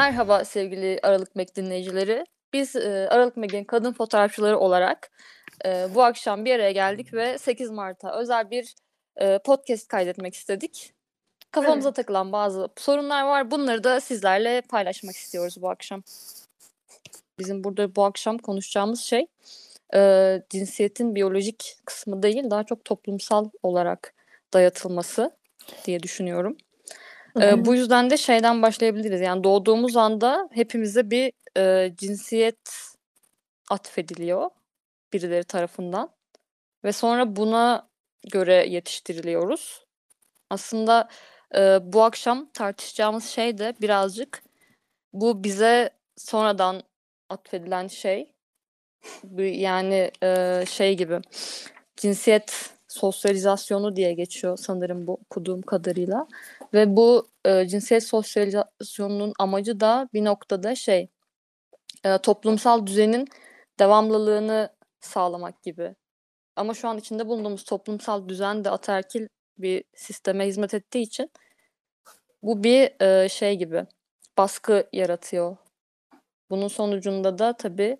Merhaba sevgili Aralık Meg dinleyicileri. Biz Aralık Meg'in kadın fotoğrafçıları olarak bu akşam bir araya geldik ve 8 Mart'a özel bir podcast kaydetmek istedik. Kafamıza Evet. takılan bazı sorunlar var. Bunları da sizlerle paylaşmak istiyoruz bu akşam. Bizim burada bu akşam konuşacağımız şey cinsiyetin biyolojik kısmı değil, daha çok toplumsal olarak dayatılması diye düşünüyorum. Bu yüzden de şeyden başlayabiliriz. Yani doğduğumuz anda hepimize bir cinsiyet atfediliyor birileri tarafından ve sonra buna göre yetiştiriliyoruz. Aslında bu akşam tartışacağımız şey de birazcık bu bize sonradan atfedilen şey. Yani şey gibi cinsiyet sosyalizasyonu diye geçiyor sanırım bu okuduğum kadarıyla. Ve bu cinsiyet sosyalizasyonunun amacı da bir noktada toplumsal düzenin devamlılığını sağlamak gibi. Ama şu an içinde bulunduğumuz toplumsal düzen de ataerkil bir sisteme hizmet ettiği için bu bir şey gibi baskı yaratıyor. Bunun sonucunda da tabii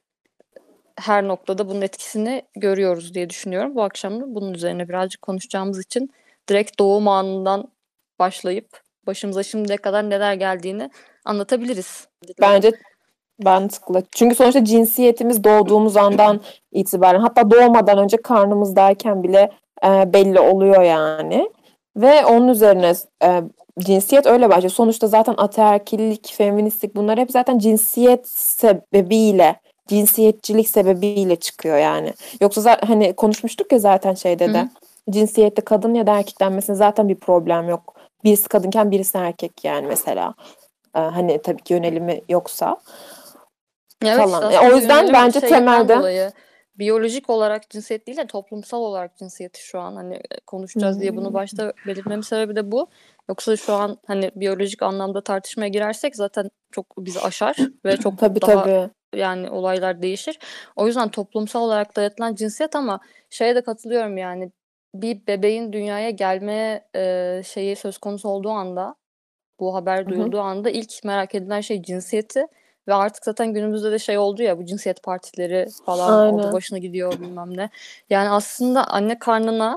her noktada bunun etkisini görüyoruz diye düşünüyorum. Bu akşam da bunun üzerine birazcık konuşacağımız için direkt doğum anından başlayıp başımıza şimdiye kadar neler geldiğini anlatabiliriz. Bence mantıklı. Çünkü sonuçta cinsiyetimiz doğduğumuz andan itibaren, hatta doğmadan önce karnımızdayken bile belli oluyor yani. Ve onun üzerine cinsiyet öyle başlıyor. Sonuçta zaten ataerkillik, feministlik, bunlar hep zaten cinsiyet sebebiyle, cinsiyetçilik sebebiyle çıkıyor yani. Yoksa zaten hani konuşmuştuk ya zaten şeyde de. Cinsiyette kadın ya da erkek denmesine zaten bir problem yok. Birisi kadınken birisi erkek yani mesela. Hani tabii ki yönelimi yoksa Evet, işte falan. aslında O yüzden yönelim bence şeyinden temelde dolayı biyolojik olarak cinsiyet değil de toplumsal olarak cinsiyeti şu an hani konuşacağız diye bunu başta belirtmemin sebebi de bu. Yoksa şu an hani biyolojik anlamda tartışmaya girersek zaten çok bizi aşar ve çok daha tabii. yani olaylar değişir. O yüzden toplumsal olarak dayatılan cinsiyet ama şeye de katılıyorum yani bir bebeğin dünyaya gelme şeyi söz konusu olduğu anda bu haber duyulduğu anda ilk merak edilen şey cinsiyeti ve artık zaten günümüzde de şey oldu ya bu cinsiyet partileri falan aldı Aynen. başına gidiyor bilmem ne. Yani aslında anne karnına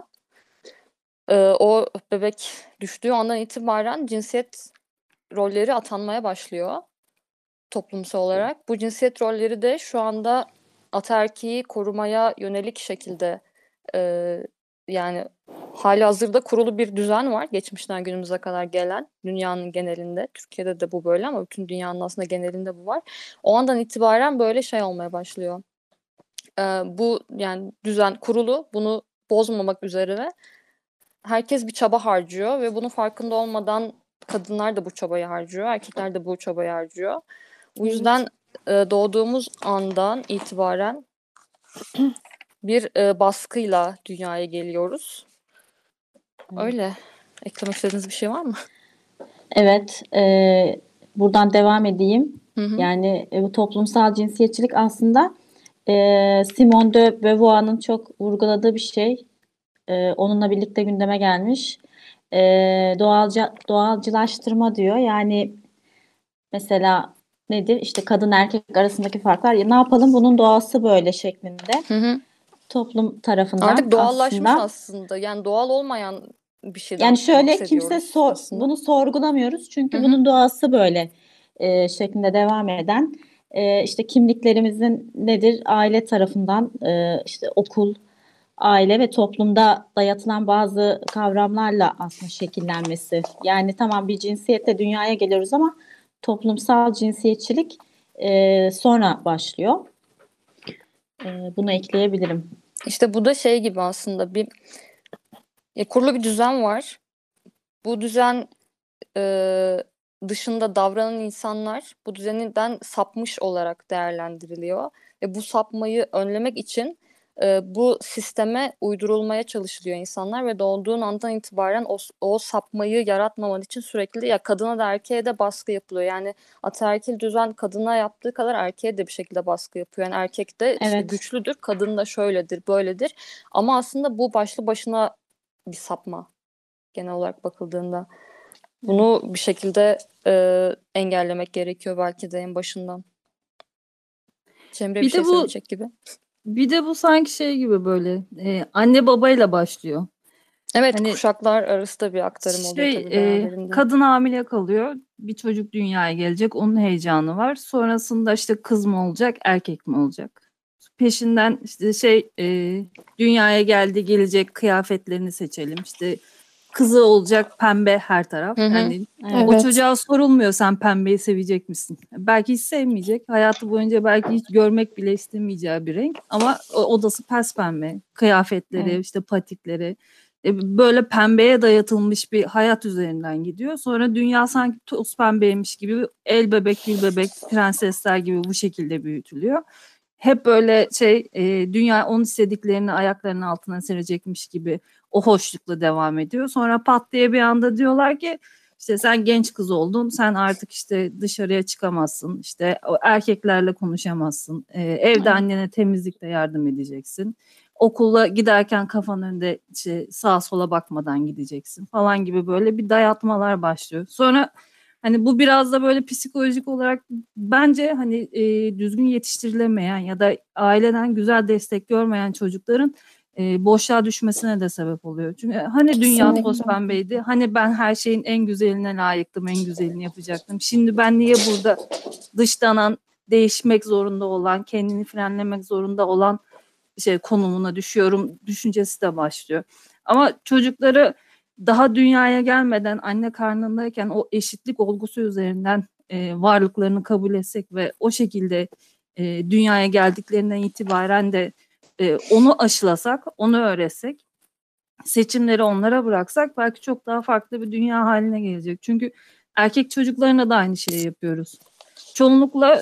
o bebek düştüğü andan itibaren cinsiyet rolleri atanmaya başlıyor toplumsal olarak. Bu cinsiyet rolleri de şu anda ataerkiyi korumaya yönelik şekilde yani halihazırda kurulu bir düzen var. Geçmişten günümüze kadar gelen dünyanın genelinde. Türkiye'de de bu böyle ama bütün dünyanın aslında genelinde bu var. O andan itibaren böyle şey olmaya başlıyor. Bu yani düzen kurulu bunu bozmamak üzere herkes bir çaba harcıyor ve bunun farkında olmadan kadınlar da bu çabayı harcıyor, erkekler de bu çabayı harcıyor. Bu yüzden doğduğumuz andan itibaren bir baskıyla dünyaya geliyoruz. Öyle. Eklemek istediğiniz bir şey var mı? Evet, buradan devam edeyim. Hı. Yani bu toplumsal cinsiyetçilik aslında Simone de Beauvoir'ın çok vurguladığı bir şey. Onunla birlikte gündeme gelmiş. Doğalcılaştırma diyor. Yani mesela nedir? İşte kadın erkek arasındaki farklar. Ya ne yapalım? Bunun doğası böyle şeklinde. Hı. Toplum tarafından Artık doğallaşmış aslında. aslında. Yani doğal olmayan bir şeyden Yani şöyle kimse bahsediyoruz aslında. bunu sorgulamıyoruz çünkü Hı. bunun doğası böyle şeklinde devam eden işte kimliklerimizin nedir aile tarafından işte okul, aile ve toplumda dayatılan bazı kavramlarla aslında şekillenmesi. Yani tamam bir cinsiyetle dünyaya geliyoruz ama toplumsal cinsiyetçilik sonra başlıyor. Bunu ekleyebilirim. İşte bu da şey gibi aslında bir kurulu bir düzen var. Bu düzen dışında davranan insanlar bu düzeninden sapmış olarak değerlendiriliyor ve bu sapmayı önlemek için bu sisteme uydurulmaya çalışılıyor insanlar ve doğduğun andan itibaren o sapmayı yaratmaman için sürekli ya kadına da erkeğe de baskı yapılıyor. Yani ataerkil düzen kadına yaptığı kadar erkeğe de bir şekilde baskı yapıyor. Yani erkek de işte Evet. güçlüdür, kadın da şöyledir, böyledir. Ama aslında bu başlı başına bir sapma genel olarak bakıldığında. Bunu bir şekilde engellemek gerekiyor belki de en başından. Cemre bir Bir de şey bu söyleyecek gibi. bir de bu sanki şey gibi böyle anne babayla başlıyor. Evet, Hani kuşaklar arası da bir aktarım oluyor tabii beraberinde. kadın hamile kalıyor. Bir çocuk dünyaya gelecek. Onun heyecanı var. Sonrasında işte kız mı olacak, erkek mi olacak? Peşinden işte dünyaya gelecek kıyafetlerini seçelim. İşte kızı olacak pembe her taraf. Hı hı. Yani Evet. o Evet. çocuğa sorulmuyor sen pembeyi sevecek misin? Belki hiç sevmeyecek. Hayatı boyunca belki hiç görmek bile istemeyeceği bir renk. Ama odası pembe. Kıyafetleri, Evet. işte patikleri. Böyle pembeye dayatılmış bir hayat üzerinden gidiyor. Sonra dünya sanki toz pembeymiş gibi el bebek, gül bebek, prensesler gibi bu şekilde büyütülüyor. Hep böyle dünya onun istediklerini ayaklarının altına serecekmiş gibi o hoşlukla devam ediyor. Sonra pat diye bir anda diyorlar ki işte sen genç kız oldun, sen artık işte dışarıya çıkamazsın, işte o erkeklerle konuşamazsın, evde Evet. annene temizlikte yardım edeceksin. Okula giderken kafan önünde sağa sola bakmadan gideceksin falan gibi böyle bir dayatmalar başlıyor. Sonra hani bu biraz da böyle psikolojik olarak bence hani düzgün yetiştirilemeyen ya da aileden güzel destek görmeyen çocukların boşluğa düşmesine de sebep oluyor. Çünkü hani dünya toz Kesinlikle. pembeydi, hani ben her şeyin en güzeline layıktım, en güzelini yapacaktım. Şimdi ben niye burada dışlanan, değişmek zorunda olan, kendini frenlemek zorunda olan konumuna düşüyorum düşüncesi de başlıyor. Ama çocukları daha dünyaya gelmeden anne karnındayken o eşitlik olgusu üzerinden varlıklarını kabul etsek ve o şekilde dünyaya geldiklerinden itibaren de onu aşılasak, onu öğretsek, seçimleri onlara bıraksak belki çok daha farklı bir dünya haline gelecek. Çünkü erkek çocuklarına da aynı şeyi yapıyoruz. Çoğunlukla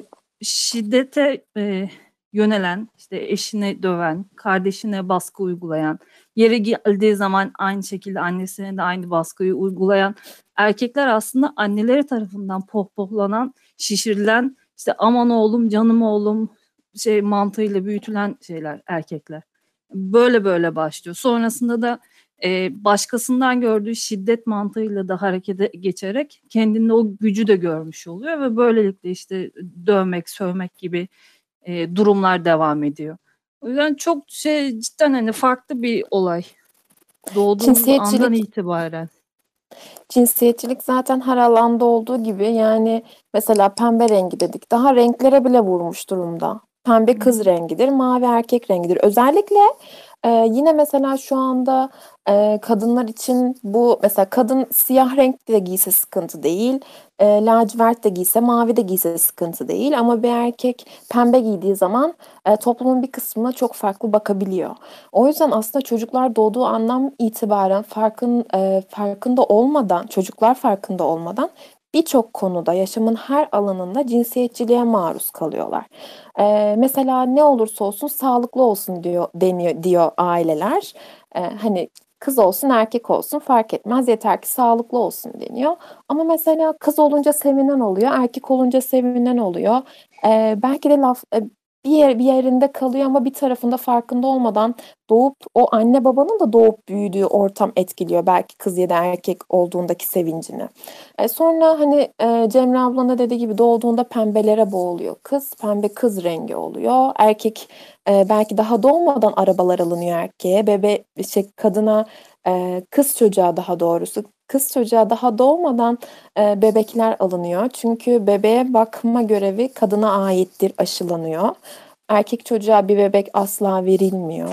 şiddete yönelen, işte eşini döven, kardeşine baskı uygulayan, yeri geldiği zaman aynı şekilde annesine de aynı baskıyı uygulayan erkekler aslında anneleri tarafından pohpohlanan, şişirilen, işte aman oğlum, canım oğlum mantığıyla büyütülen erkekler. Böyle böyle başlıyor. Sonrasında da başkasından gördüğü şiddet mantığıyla da harekete geçerek kendinde o gücü de görmüş oluyor ve böylelikle işte dövmek, sövmek gibi durumlar devam ediyor. O yüzden çok cidden hani farklı bir olay. Doğduğumuz andan Cinsiyetçilik itibaren. Cinsiyetçilik zaten her alanda olduğu gibi yani mesela pembe rengi dedik. Daha renklere bile vurmuş durumda. Pembe kız rengidir, mavi erkek rengidir. Özellikle yine mesela şu anda kadınlar için bu mesela kadın siyah renk de giyse sıkıntı değil. Lacivert de giyse, mavi de giyse sıkıntı değil. Ama bir erkek pembe giydiği zaman toplumun bir kısmına çok farklı bakabiliyor. O yüzden aslında çocuklar doğduğu andan itibaren farkında olmadan, çocuklar farkında olmadan birçok konuda, yaşamın her alanında cinsiyetçiliğe maruz kalıyorlar. Mesela ne olursa olsun sağlıklı olsun diyor aileler. Hani kız olsun erkek olsun fark etmez yeter ki sağlıklı olsun deniyor. Ama mesela kız olunca sevinen oluyor, erkek olunca sevinen oluyor. Belki de bir yerinde kalıyor ama bir tarafında farkında olmadan doğup o anne babanın da doğup büyüdüğü ortam etkiliyor belki kız ya da erkek olduğundaki sevincini. Sonra hani Cemre ablanın da dediği gibi doğduğunda pembelere boğuluyor kız. Pembe kız rengi oluyor. Erkek belki daha doğmadan arabalar alınıyor erkeğe. Kadına kız çocuğa daha doğrusu kız çocuğa daha doğmadan bebekler alınıyor. Çünkü bebeğe bakma görevi kadına aittir, aşılanıyor. Erkek çocuğa bir bebek asla verilmiyor.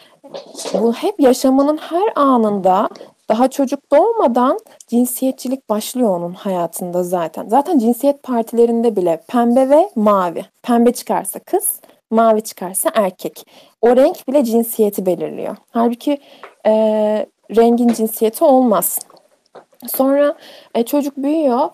Bu hep yaşamının her anında daha çocuk doğmadan cinsiyetçilik başlıyor onun hayatında zaten. Zaten cinsiyet partilerinde bile pembe ve mavi. Pembe çıkarsa kız, mavi çıkarsa erkek. O renk bile cinsiyeti belirliyor. Halbuki rengin cinsiyeti olmaz. Sonra çocuk büyüyor.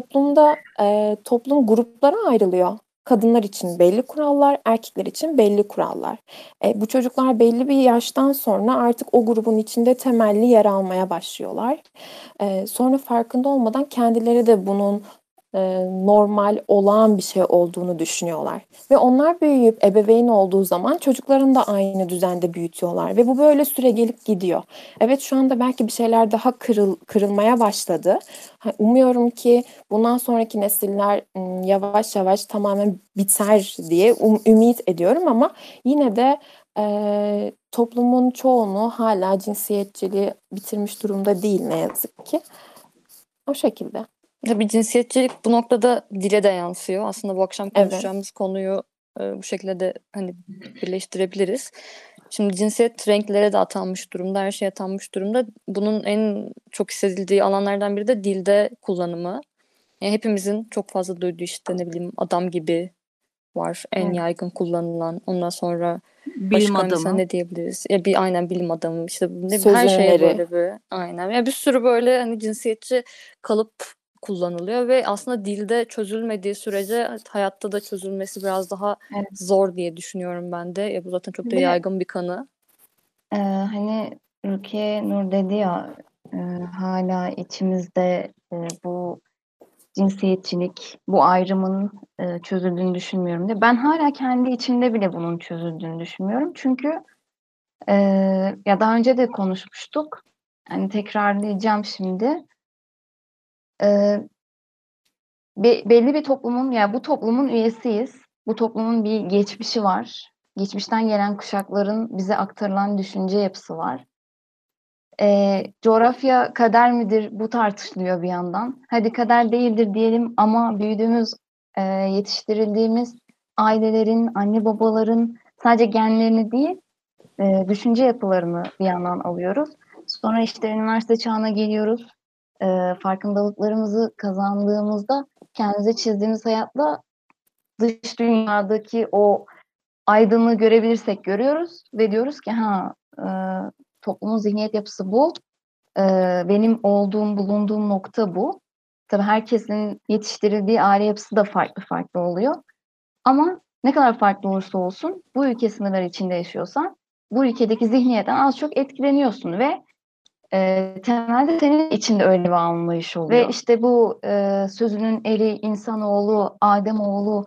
Toplum gruplara ayrılıyor. Kadınlar için belli kurallar, erkekler için belli kurallar. Bu çocuklar belli bir yaştan sonra artık o grubun içinde temelli yer almaya başlıyorlar. Sonra farkında olmadan kendileri de bunun normal, olağan bir şey olduğunu düşünüyorlar. Ve onlar büyüyüp ebeveyn olduğu zaman çocuklarını da aynı düzende büyütüyorlar. Ve bu böyle süre gelip gidiyor. Evet, şu anda belki bir şeyler daha kırılmaya başladı. Umuyorum ki bundan sonraki nesiller yavaş yavaş tamamen biter diye ümit ediyorum, ama yine de toplumun çoğunluğu hala cinsiyetçiliği bitirmiş durumda değil, ne yazık ki. O şekilde. Tabii cinsiyetçilik bu noktada dile de yansıyor. Aslında bu akşam Evet. konuşacağımız konuyu bu şekilde de hani birleştirebiliriz. Şimdi cinsiyet renklere de atanmış durumda, her şeye atanmış durumda. Bunun en çok hissedildiği alanlardan biri de dilde kullanımı. Yani hepimizin çok fazla duyduğu, işte ne bileyim, adam gibi var en Evet. yaygın kullanılan. Ondan sonra Bilim başka mesela adamı. ne diyebiliriz? Aynen bilim adamı, işte Söz her şeye ünleri. böyle bir aynen. Yani bir sürü böyle hani cinsiyetçi kalıp kullanılıyor ve aslında dilde çözülmediği sürece hayatta da çözülmesi biraz daha Evet. zor diye düşünüyorum ben de. Bu zaten çok da Ve yaygın bir kanı. hani Rukiye Nur dedi ya, hala içimizde bu cinsiyetçilik, bu ayrımın çözüldüğünü düşünmüyorum diye. Ben hala kendi içimde bile bunun çözüldüğünü düşünmüyorum. Çünkü ya daha önce de konuşmuştuk. Hani tekrarlayacağım şimdi. Belli bir toplumun, yani bu toplumun üyesiyiz. Bu toplumun bir geçmişi var. Geçmişten gelen kuşakların bize aktarılan düşünce yapısı var. Coğrafya kader midir? Bu tartışılıyor bir yandan. Hadi kader değildir diyelim, ama büyüdüğümüz, yetiştirildiğimiz ailelerin, anne babaların sadece genlerini değil, düşünce yapılarını bir yandan alıyoruz. Sonra işte üniversite çağına geliyoruz. Farkındalıklarımızı kazandığımızda kendimize çizdiğimiz hayatla dış dünyadaki o aydınlığı görebilirsek görüyoruz ve diyoruz ki toplumun zihniyet yapısı bu. Benim bulunduğum nokta bu. Tabii herkesin yetiştirildiği aile yapısı da farklı farklı oluyor. Ama ne kadar farklı olursa olsun, bu ülke sınırları içinde yaşıyorsan bu ülkedeki zihniyetten az çok etkileniyorsun ve temelde senin içinde öyle bir anlayış oluyor. Ve işte bu sözünün eri, insanoğlu, Ademoğlu,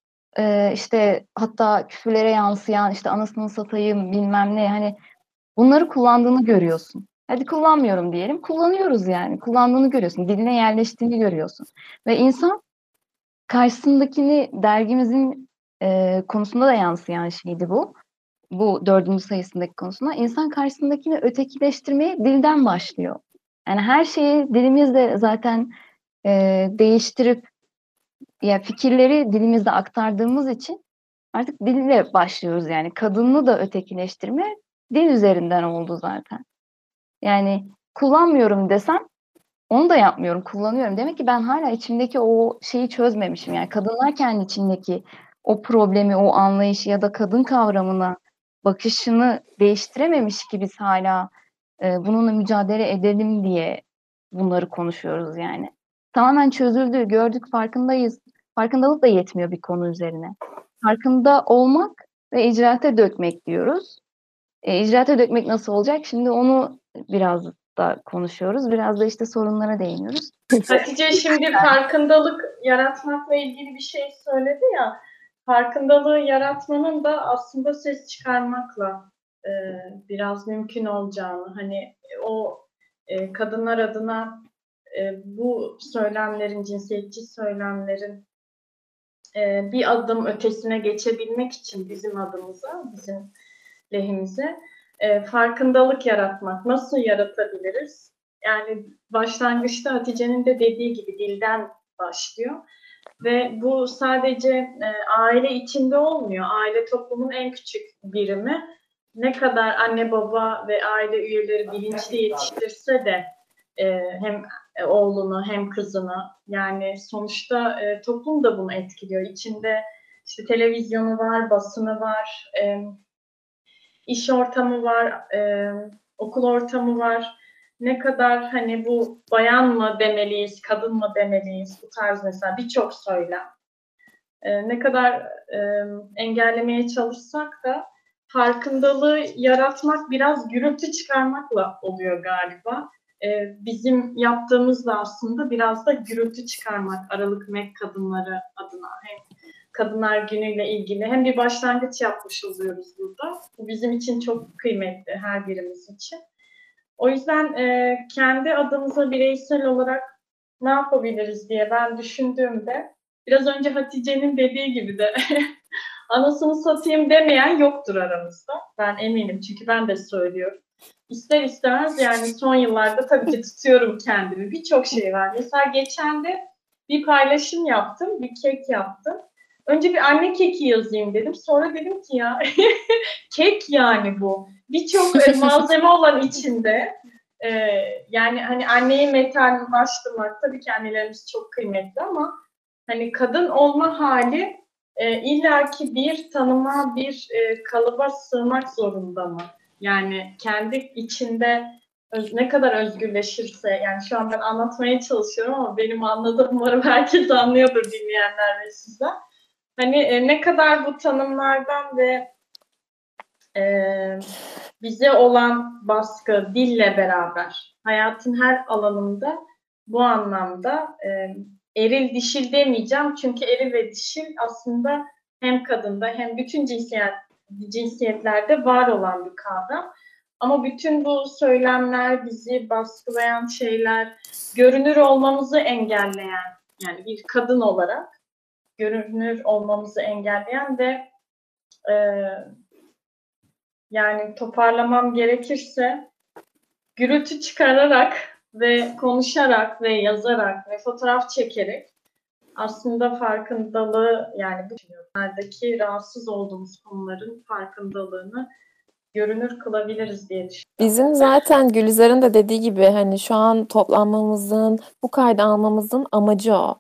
işte hatta küfürlere yansıyan, işte anasını satayım bilmem ne, hani bunları kullandığını görüyorsun. Hadi kullanmıyorum diyelim. Kullanıyoruz yani. Kullandığını görüyorsun. Diline yerleştiğini görüyorsun. Ve insan karşısındakini, dergimizin konusunda da yansıyan şeydi bu. Bu 4. sayısındaki konusunda. İnsan karşısındakini ötekileştirmeye dilden başlıyor. Yani her şeyi dilimizle zaten değiştirip, ya fikirleri dilimizde aktardığımız için artık dille başlıyoruz yani. Kadını da ötekileştirme dil üzerinden oldu zaten. Yani kullanmıyorum desem onu da yapmıyorum, kullanıyorum. Demek ki ben hala içimdeki o şeyi çözmemişim. Yani kadınlar kendi içindeki o problemi, o anlayışı ya da kadın kavramına bakışını değiştirememiş ki biz hala bununla mücadele edelim diye bunları konuşuyoruz yani. Tamamen çözüldü, gördük, farkındayız. Farkındalık da yetmiyor bir konu üzerine. Farkında olmak ve icraate dökmek diyoruz. İcraate dökmek nasıl olacak? Şimdi onu biraz da konuşuyoruz. Biraz da işte sorunlara değiniyoruz. Hatice şimdi farkındalık yaratmakla ilgili bir şey söyledi ya. Farkındalığı yaratmanın da aslında ses çıkarmakla biraz mümkün olacağını, hani o kadınlar adına bu söylemlerin, cinsiyetçi söylemlerin bir adım ötesine geçebilmek için bizim adımıza, bizim lehimize farkındalık yaratmak. Nasıl yaratabiliriz? Yani başlangıçta Hatice'nin de dediği gibi dilden başlıyor. Ve bu sadece aile içinde olmuyor. Aile toplumun en küçük birimi. Ne kadar anne baba ve aile üyeleri bilinçli yetiştirse de hem oğlunu hem kızını, yani sonuçta toplum da bunu etkiliyor. İçinde işte televizyonu var, basını var, iş ortamı var, okul ortamı var. Ne kadar hani bu bayan mı demeliyiz, kadın mı demeliyiz, bu tarz mesela birçok söylem. Ne kadar engellemeye çalışsak da farkındalığı yaratmak biraz gürültü çıkarmakla oluyor galiba. bizim yaptığımız da aslında biraz da gürültü çıkarmak Aralık Mek kadınları adına. Hem Kadınlar Günü'yle ilgili hem bir başlangıç yapmış oluyoruz burada. Bu bizim için çok kıymetli, her birimiz için. O yüzden kendi adımıza bireysel olarak ne yapabiliriz diye ben düşündüğümde, biraz önce Hatice'nin dediği gibi de anasını satayım demeyen yoktur aramızda. Ben eminim, çünkü ben de söylüyorum. İster istemez yani son yıllarda tabii ki tutuyorum kendimi. Birçok şey var. Mesela geçen de bir paylaşım yaptım, bir kek yaptım. Önce bir anne keki yazayım dedim. Sonra dedim ki ya kek yani bu. Birçok malzeme olan içinde. Yani hani anneyi metallaştırmak, tabii ki annelerimiz çok kıymetli ama hani kadın olma hali illaki bir tanıma, bir kalıba sığmak zorunda mı? Yani kendi içinde ne kadar özgürleşirse, yani şu an ben anlatmaya çalışıyorum ama benim anladığım umarım herkes anlıyordur, dinleyenler ve sizler. Hani ne kadar bu tanımlardan ve bize olan baskı dille beraber hayatın her alanında bu anlamda eril dişil demeyeceğim, çünkü eril ve dişil aslında hem kadında hem bütün cinsiyetlerde var olan bir kavram. Ama bütün bu söylemler, bizi baskılayan şeyler, görünür olmamızı engelleyen, yani bir kadın olarak görünür olmamızı engelleyen ve yani toparlamam gerekirse gürültü çıkararak ve konuşarak ve yazarak ve fotoğraf çekerek aslında farkındalığı, yani bu dünyadaki rahatsız olduğumuz konuların farkındalığını görünür kılabiliriz diye düşünüyorum. Bizim zaten Gülizar'ın da dediği gibi hani şu an toplanmamızın, bu kaydı almamızın amacı o.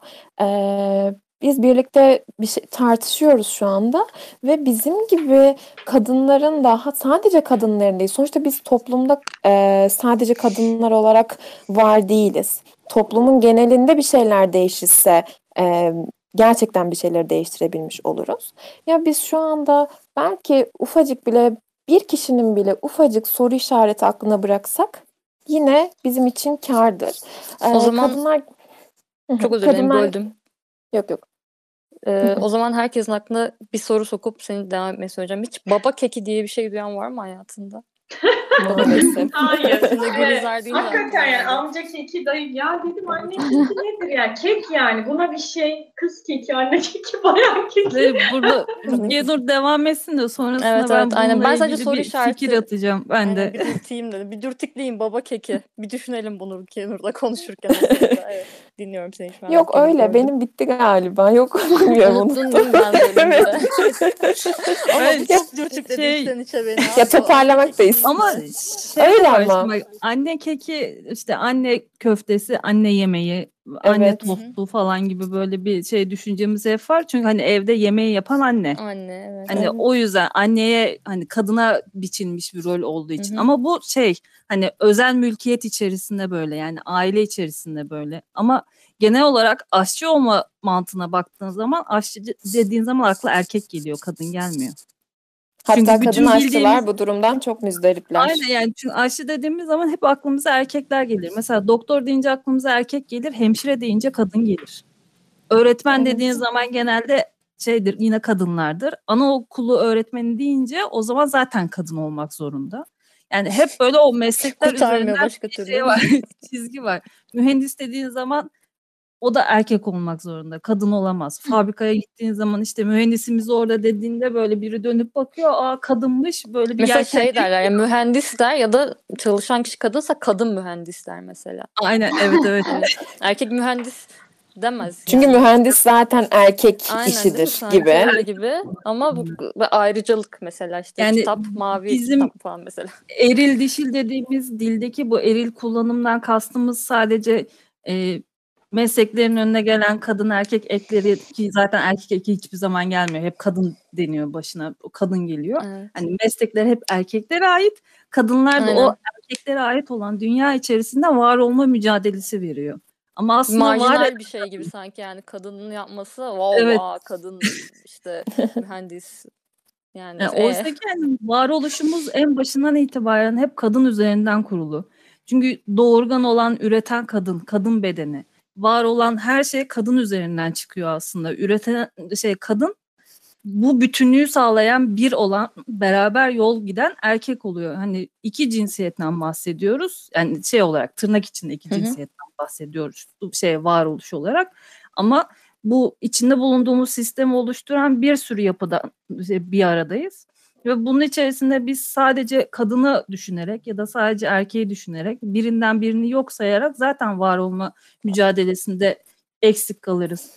Biz birlikte bir şey tartışıyoruz şu anda ve bizim gibi kadınların da sadece kadınların değil. Sonuçta biz toplumda sadece kadınlar olarak var değiliz. Toplumun genelinde bir şeyler değişirse gerçekten bir şeyleri değiştirebilmiş oluruz. Ya biz şu anda belki ufacık bile bir kişinin bile ufacık soru işareti aklına bıraksak yine bizim için kârdır. O zaman Kadınlar çok özür dilerim, böldüm. Yok. O zaman herkesin aklına bir soru sokup senin devam etmeni söyleyeceğim. Hiç baba keki diye bir şey duyan var mı hayatında? Maalesef. Hayır. Şimdi Gülizar deyince Hakikaten aklıma yani geldi. amca keki, dayı. Ya dedim anne keki nedir yani? Kek yani. Buna bir şey. Kız keki, anne keki, bayan keki. Ve burada Yenur devam etsin de sonrasında Evet, ben aynen. bununla Ben sadece ilgili soru bir işareti fikir atacağım ben aynen, de. bir dürteyim dedim. Bir dürtükleyeyim baba keki. Bir düşünelim bunu Kenur'la konuşurken aslında. Evet, dinliyorum seni şu an. Yok Gene öyle böldüm. benim bitti galiba. Yok bilmiyorum Unuttun değil mi ben bölümde? Ama Evet, bu çok dürtükledi şey- içten içe beni. Ya abi. toparlamak da istedim. Ama Öyle var ama. şimdi, anne keki, işte anne köftesi, anne yemeği, anne Evet. tostu falan gibi böyle bir şey düşüncemiz hep var. Çünkü hani evde yemeği yapan anne. Anne, evet. Hani Evet. o yüzden anneye, hani kadına biçilmiş bir rol olduğu için. Hı hı. Ama bu hani özel mülkiyet içerisinde böyle, yani aile içerisinde böyle. Ama genel olarak aşçı olma mantığına baktığın zaman aşçı dediğin zaman akla erkek geliyor, kadın gelmiyor. Hatta Çünkü kadın bütün aşçılar bildiğimiz- bu durumdan çok müzdaripler. Aynen, yani çünkü aşı dediğimiz zaman hep aklımıza erkekler gelir. Mesela doktor deyince aklımıza erkek gelir, hemşire deyince kadın gelir. Öğretmen Evet. dediğin zaman genelde yine kadınlardır. Anaokulu öğretmeni deyince o zaman zaten kadın olmak zorunda. Yani hep böyle o meslekler Kurtarmıyor üzerinden başka bir türlü. şey var, çizgi var. Mühendis dediğin zaman o da erkek olmak zorunda. Kadın olamaz. Fabrikaya gittiğin zaman işte mühendisimiz orada dediğinde böyle biri dönüp bakıyor. Aa, kadınmış, böyle bir Mesela yelken. şey derler ya, mühendisler ya da çalışan kişi kadınsa kadın mühendisler mesela. Aynen, evet. Hani erkek mühendis demez Çünkü yani. mühendis zaten erkek Aynen, değil mi? işidir Sanki gibi. öyle gibi. Ama bu ayrıcalık mesela işte Yani kitap mavi bizim- kitap falan mesela. Eril dişil dediğimiz dildeki bu eril kullanımdan kastımız sadece mesleklerin önüne gelen kadın erkek ekleri, ki zaten erkek eki hiçbir zaman gelmiyor. Hep kadın deniyor başına. O kadın geliyor. Evet. Hani meslekler hep erkeklere ait. Kadınlar da o Aynen. erkeklere ait olan dünya içerisinde var olma mücadelesi veriyor. Ama aslında var Marjinal bir şey gibi sanki, yani kadının yapması wow, Evet. kadın işte mühendis yani Yani oysa ki yani varoluşumuz en başından itibaren hep kadın üzerinden kurulu. Çünkü doğurgan olan, üreten kadın, kadın bedeni, var olan her şey kadın üzerinden çıkıyor aslında. Üreten kadın, bu bütünlüğü sağlayan, bir olan, beraber yol giden erkek oluyor. Hani iki cinsiyetten bahsediyoruz. Yani olarak tırnak içinde iki cinsiyetten bahsediyoruz. Varoluş olarak. Ama bu içinde bulunduğumuz sistemi oluşturan bir sürü yapıda bir aradayız. Ve bunun içerisinde biz sadece kadını düşünerek ya da sadece erkeği düşünerek, birinden birini yok sayarak zaten var olma mücadelesinde eksik kalırız.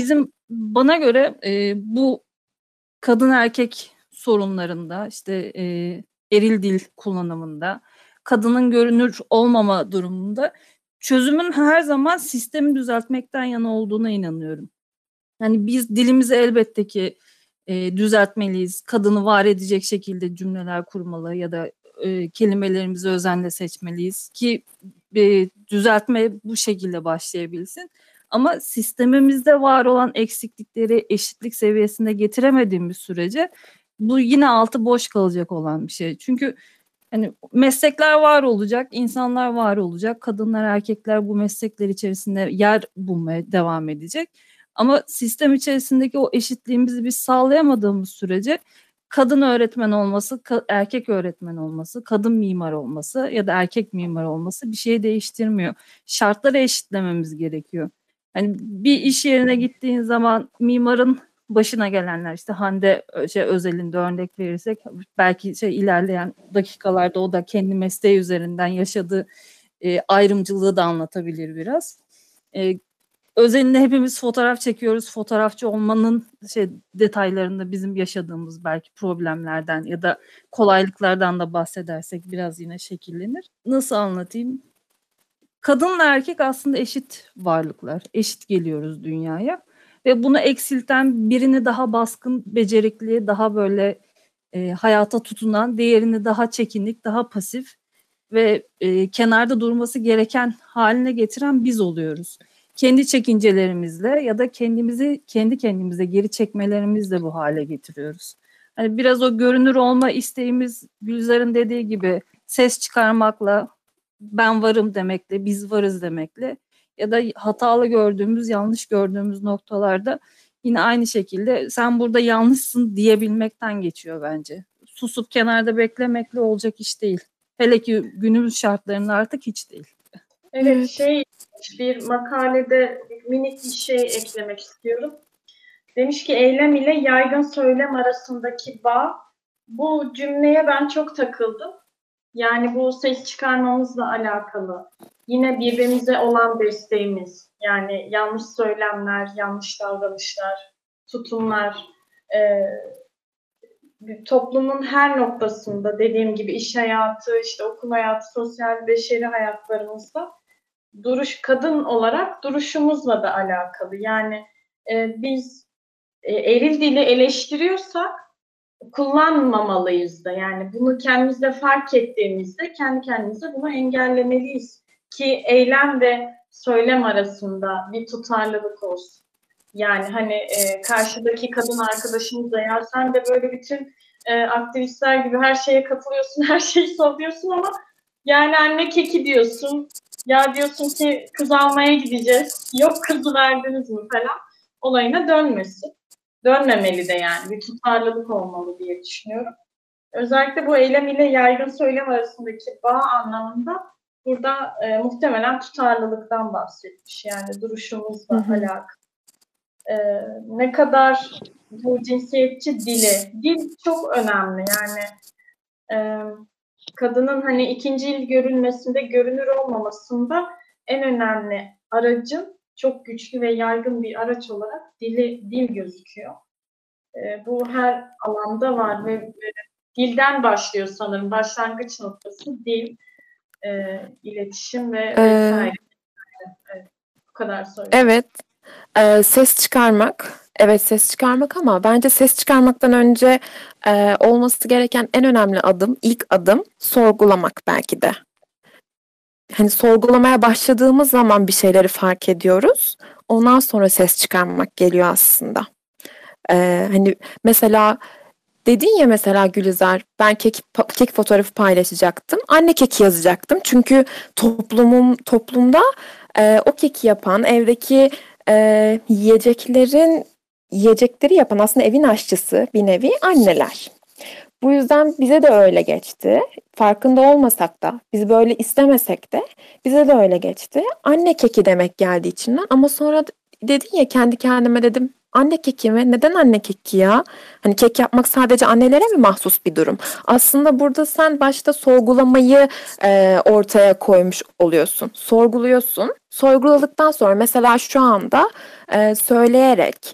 Bana göre bu kadın erkek sorunlarında, eril dil kullanımında, kadının görünür olmama durumunda çözümün her zaman sistemi düzeltmekten yana olduğuna inanıyorum. Yani biz dilimizi elbette ki düzeltmeliyiz. Kadını var edecek şekilde cümleler kurmalı ya da kelimelerimizi özenle seçmeliyiz ki düzeltme bu şekilde başlayabilsin. Ama sistemimizde var olan eksiklikleri eşitlik seviyesinde getiremediğimiz sürece bu yine altı boş kalacak olan bir şey. Çünkü hani meslekler var olacak, insanlar var olacak, kadınlar, erkekler bu meslekler içerisinde yer bulmaya devam edecek. Ama sistem içerisindeki o eşitliğimizi biz sağlayamadığımız sürece kadın öğretmen olması, erkek öğretmen olması, kadın mimar olması ya da erkek mimar olması bir şey değiştirmiyor. Şartları eşitlememiz gerekiyor. Yani bir iş yerine gittiğin zaman mimarın başına gelenler, Hande özelinde örnek verirsek, belki ilerleyen dakikalarda o da kendi mesleği üzerinden yaşadığı ayrımcılığı da anlatabilir biraz. Özelinde hepimiz fotoğraf çekiyoruz. Fotoğrafçı olmanın detaylarında bizim yaşadığımız belki problemlerden ya da kolaylıklardan da bahsedersek biraz yine şekillenir. Nasıl anlatayım? Kadınla erkek aslında eşit varlıklar. Eşit geliyoruz dünyaya. Ve bunu eksilten, birini daha baskın, becerikli, daha böyle hayata tutunan, diğerini daha çekinik, daha pasif ve kenarda durması gereken haline getiren biz oluyoruz. Kendi çekincelerimizle ya da kendimizi kendi kendimize geri çekmelerimizle bu hale getiriyoruz. Hani biraz o görünür olma isteğimiz, Gülzar'ın dediği gibi, ses çıkarmakla, ben varım demekle, biz varız demekle ya da hatalı gördüğümüz, yanlış gördüğümüz noktalarda yine aynı şekilde sen burada yanlışsın diyebilmekten geçiyor bence. Susup kenarda beklemekle olacak iş değil. Hele ki günümüz şartlarında artık hiç değil. Evet, bir makalede minik bir şey eklemek istiyorum. Demiş ki eylem ile yaygın söylem arasındaki bağ. Bu cümleye ben çok takıldım. Yani bu ses çıkarmamızla alakalı. Yine birbirimize olan desteğimiz. Yani yanlış söylemler, yanlış davranışlar, tutumlar, toplumun her noktasında, dediğim gibi iş hayatı, okul hayatı, sosyal, beşeri hayatlarımızda kadın olarak duruşumuzla da alakalı. Yani biz eril dili eleştiriyorsak kullanmamalıyız da. Yani bunu kendimizde fark ettiğimizde kendi kendimize bunu engellemeliyiz ki eylem ve söylem arasında bir tutarlılık olsun. Yani hani karşıdaki kadın arkadaşımız da ya sen de böyle bütün aktivistler gibi her şeye katılıyorsun, her şeyi savunuyorsun ama yani anne keki diyorsun. Ya diyorsun ki kız almaya gideceğiz. Yok kızı verdiniz mi falan olayına dönmesin. Dönmemeli de yani. Bir tutarlılık olmalı diye düşünüyorum. Özellikle bu eylem ile yaygın söylem arasındaki bağ anlamında burada muhtemelen tutarlılıktan bahsetmiş. Yani duruşumuzla alakalı. Ne kadar bu cinsiyetçi dil çok önemli. Yani kadının hani ikincil görünmesinde, görünür olmamasında en önemli aracın çok güçlü ve yaygın bir araç olarak dil gözüküyor. Bu her alanda var ve dilden başlıyor sanırım. Başlangıç noktası dil, iletişim ve vesaire. Evet, bu kadar söyleyeyim. Evet. Ses çıkarmak. Evet, ses çıkarmak ama bence ses çıkarmaktan önce olması gereken en önemli adım, ilk adım sorgulamak belki de. Hani sorgulamaya başladığımız zaman bir şeyleri fark ediyoruz. Ondan sonra ses çıkarmak geliyor aslında. Hani mesela dedin ya mesela Gülizar, ben kek fotoğrafı paylaşacaktım. Anne keki yazacaktım. Çünkü toplumda o keki yapan, evdeki yiyecekleri yapan aslında evin aşçısı bir nevi anneler. Bu yüzden bize de öyle geçti. Farkında olmasak da, biz böyle istemesek de bize de öyle geçti. Anne keki demek geldi içinden ama sonra dedin ya, kendi kendime dedim, anne keki mi? Neden anne keki ya? Hani kek yapmak sadece annelere mi mahsus bir durum? Aslında burada sen başta sorgulamayı ortaya koymuş oluyorsun. Sorguluyorsun. Sorguladıktan sonra mesela şu anda söyleyerek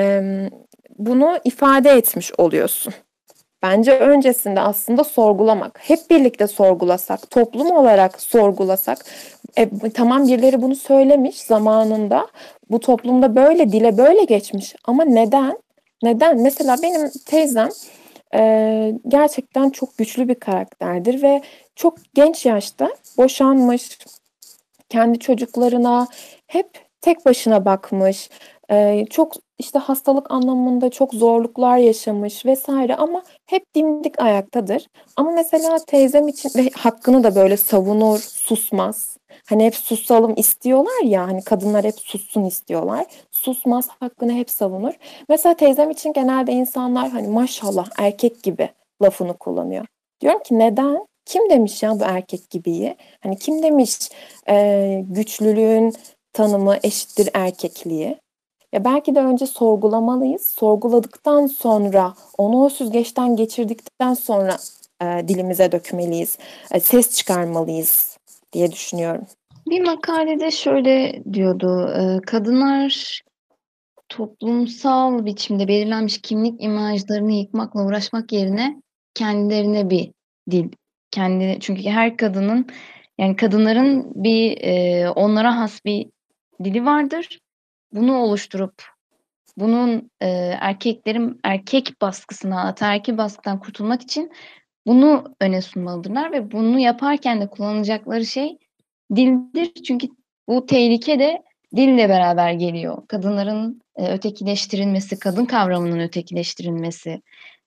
bunu ifade etmiş oluyorsun. Bence öncesinde aslında sorgulamak, hep birlikte sorgulasak, toplum olarak sorgulasak, tamam birileri bunu söylemiş zamanında, bu toplumda böyle, dile böyle geçmiş ama neden? Neden? Mesela benim teyzem gerçekten çok güçlü bir karakterdir ve çok genç yaşta boşanmış, kendi çocuklarına hep tek başına bakmış. Çok işte hastalık anlamında çok zorluklar yaşamış vesaire ama hep dimdik ayaktadır. Ama mesela teyzem için ve hakkını da böyle savunur, susmaz. Hani hep susalım istiyorlar ya, hani kadınlar hep sussun istiyorlar. Susmaz, hakkını hep savunur. Mesela teyzem için genelde insanlar hani maşallah erkek gibi lafını kullanıyor. Diyorum ki neden? Kim demiş ya bu erkek gibiyi? Hani kim demiş güçlülüğün tanımı eşittir erkekliği? Ya belki de önce sorgulamalıyız. Sorguladıktan sonra, onu o süzgeçten geçirdikten sonra dilimize dökmeliyiz. Ses çıkarmalıyız diye düşünüyorum. Bir makalede şöyle diyordu, kadınlar toplumsal biçimde belirlenmiş kimlik imajlarını yıkmakla uğraşmak yerine kendilerine bir dil, çünkü her kadının, yani kadınların bir onlara has bir dili vardır. Bunu oluşturup bunun erkeklerin erkek baskısına, ataerkil baskıdan kurtulmak için bunu öne sunmalıdırlar ve bunu yaparken de kullanacakları şey dildir. Çünkü bu tehlike de dille beraber geliyor. Kadınların ötekileştirilmesi, kadın kavramının ötekileştirilmesi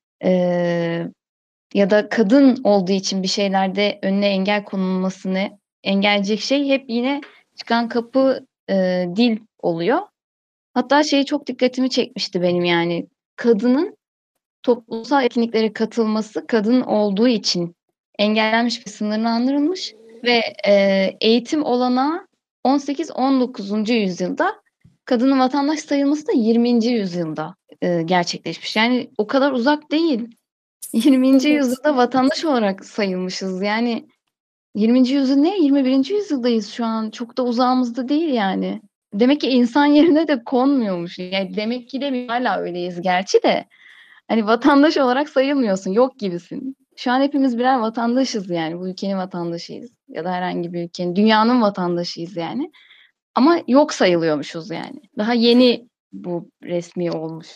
ya da kadın olduğu için bir şeylerde önüne engel konulmasını engelleyecek şey hep yine çıkan kapı dil oluyor. Hatta çok dikkatimi çekmişti benim, yani kadının toplumsal etkinliklere katılması kadın olduğu için engellenmiş ve sınırlandırılmış ve eğitim olanağı 18-19. yüzyılda, kadının vatandaş sayılması da 20. yüzyılda gerçekleşmiş. Yani o kadar uzak değil. 20. yüzyılda vatandaş olarak sayılmışız. Yani 20. yüzyıl ne? 21. yüzyıldayız şu an. Çok da uzağımızda değil yani. Demek ki insan yerine de konmuyormuş. Yani demek ki de hala öyleyiz gerçi de. Hani vatandaş olarak sayılmıyorsun. Yok gibisin. Şu an hepimiz birer vatandaşız yani. Bu ülkenin vatandaşıyız. Ya da herhangi bir ülkenin, dünyanın vatandaşıyız yani. Ama yok sayılıyormuşuz yani. Daha yeni bu resmi olmuş.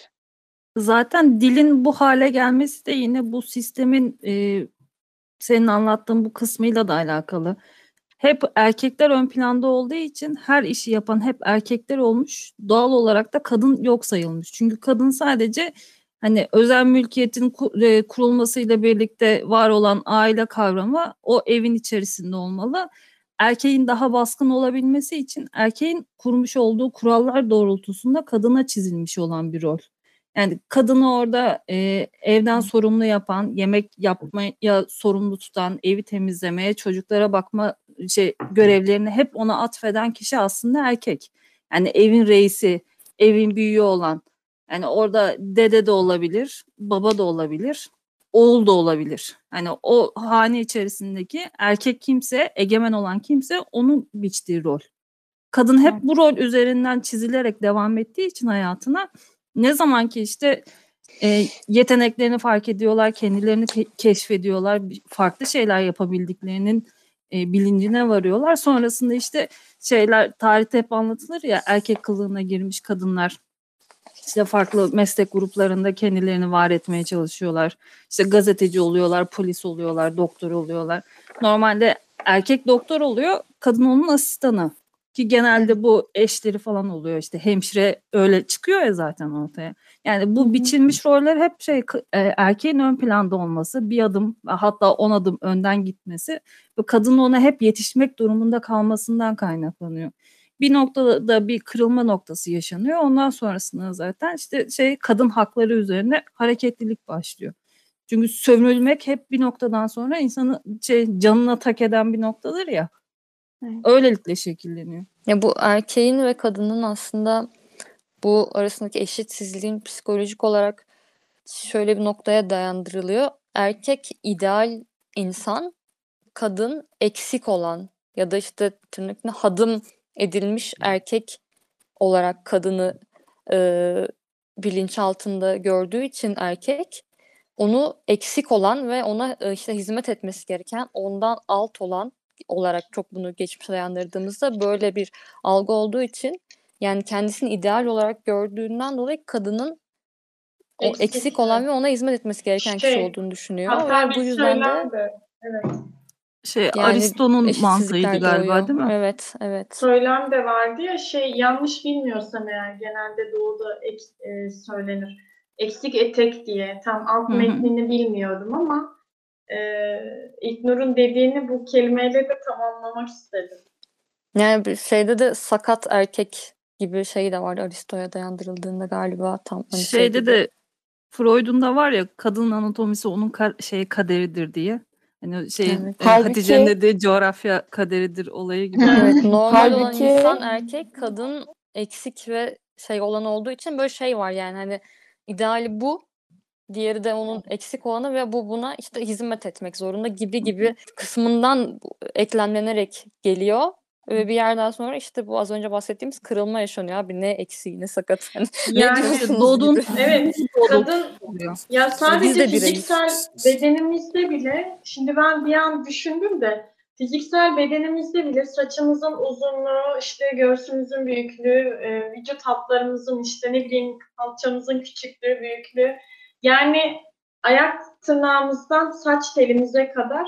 Zaten dilin bu hale gelmesi de yine bu sistemin senin anlattığın bu kısmıyla da alakalı. Hep erkekler ön planda olduğu için her işi yapan hep erkekler olmuş. Doğal olarak da kadın yok sayılmış. Çünkü kadın sadece hani özel mülkiyetin kurulmasıyla birlikte var olan aile kavramı o evin içerisinde olmalı. Erkeğin daha baskın olabilmesi için erkeğin kurmuş olduğu kurallar doğrultusunda kadına çizilmiş olan bir rol. Yani kadını orada evden sorumlu yapan, yemek yapmaya sorumlu tutan, evi temizlemeye, çocuklara bakma görevlerini hep ona atfeden kişi aslında erkek. Yani evin reisi, evin büyüğü olan. Yani orada dede de olabilir, baba da olabilir, oğul da olabilir. Yani o hane içerisindeki erkek kimse, egemen olan kimse onun biçtiği rol. Kadın hep bu rol üzerinden çizilerek devam ettiği için hayatına, ne zaman ki işte yeteneklerini fark ediyorlar, kendilerini keşfediyorlar, farklı şeyler yapabildiklerinin bilincine varıyorlar. Sonrasında işte tarihte hep anlatılır ya, erkek kılığına girmiş kadınlar işte farklı meslek gruplarında kendilerini var etmeye çalışıyorlar. İşte gazeteci oluyorlar, polis oluyorlar, doktor oluyorlar. Normalde erkek doktor oluyor, kadın onun asistanı. Ki genelde bu eşleri falan oluyor, işte hemşire öyle çıkıyor ya zaten ortaya. Yani bu biçilmiş roller hep erkeğin ön planda olması, bir adım hatta 10 adım önden gitmesi ve kadının ona hep yetişmek durumunda kalmasından kaynaklanıyor. Bir noktada bir kırılma noktası yaşanıyor. Ondan sonrasında zaten işte kadın hakları üzerine hareketlilik başlıyor. Çünkü sömürülmek hep bir noktadan sonra insanı canına tak eden bir noktadır ya. Evet. Öylelikle şekilleniyor. Ya bu erkeğin ve kadının aslında bu arasındaki eşitsizliğin psikolojik olarak şöyle bir noktaya dayandırılıyor. Erkek ideal insan, kadın eksik olan ya da işte tırnakla hadım edilmiş erkek olarak kadını bilinçaltında gördüğü için erkek onu eksik olan ve ona işte hizmet etmesi gereken, ondan alt olan olarak çok bunu geçmişe dayandırdığımızda böyle bir algı olduğu için, yani kendisini ideal olarak gördüğünden dolayı kadının o eksik olan ve ona hizmet etmesi gereken kişi olduğunu düşünüyor Hatta ve bu bir yüzden de söylem de evet. yani Aristo'nun mantığıydı eşitsizlikler galiba, doğuyor. değil mi? Evet, evet. Söylem de vardı ya, yanlış bilmiyorsam eğer, genelde doğuda söylenir. Eksik etek diye. Tam alt metnini bilmiyorum ama İlknur'un dediğini bu kelimeyle de tamamlamak istedim. Yani bir şeyde de sakat erkek gibi şey de vardı, Aristo'ya dayandırıldığında galiba, tam hani Şeyde gibi. de Freud'un da var ya, kadının anatomisi onun kaderidir diye. Hani Evet. Hatice'nin Halbuki dediği coğrafya kaderidir olayı gibi. Evet, normal olan Halbuki insan erkek, kadın eksik ve olan olduğu için böyle şey var yani, hani ideali bu, diğeri de onun eksik olanı ve bu buna işte hizmet etmek zorunda gibi kısmından eklemlenerek geliyor. Ve bir yerden sonra işte bu az önce bahsettiğimiz kırılma yaşanıyor. Abi ne eksiği, ne sakat, ne Yani diyorsunuz doğduğun gibi. evet, kadın oluyor. ya Biz sadece de bireyiz. fiziksel bedenimizde bile, şimdi ben bir an düşündüm de, fiziksel bedenimizde bile saçımızın uzunluğu, işte göğsümüzün büyüklüğü, vücut hatlarımızın, işte ne bileyim kalçamızın küçüklüğü, büyüklüğü, yani ayak tırnağımızdan saç telimize kadar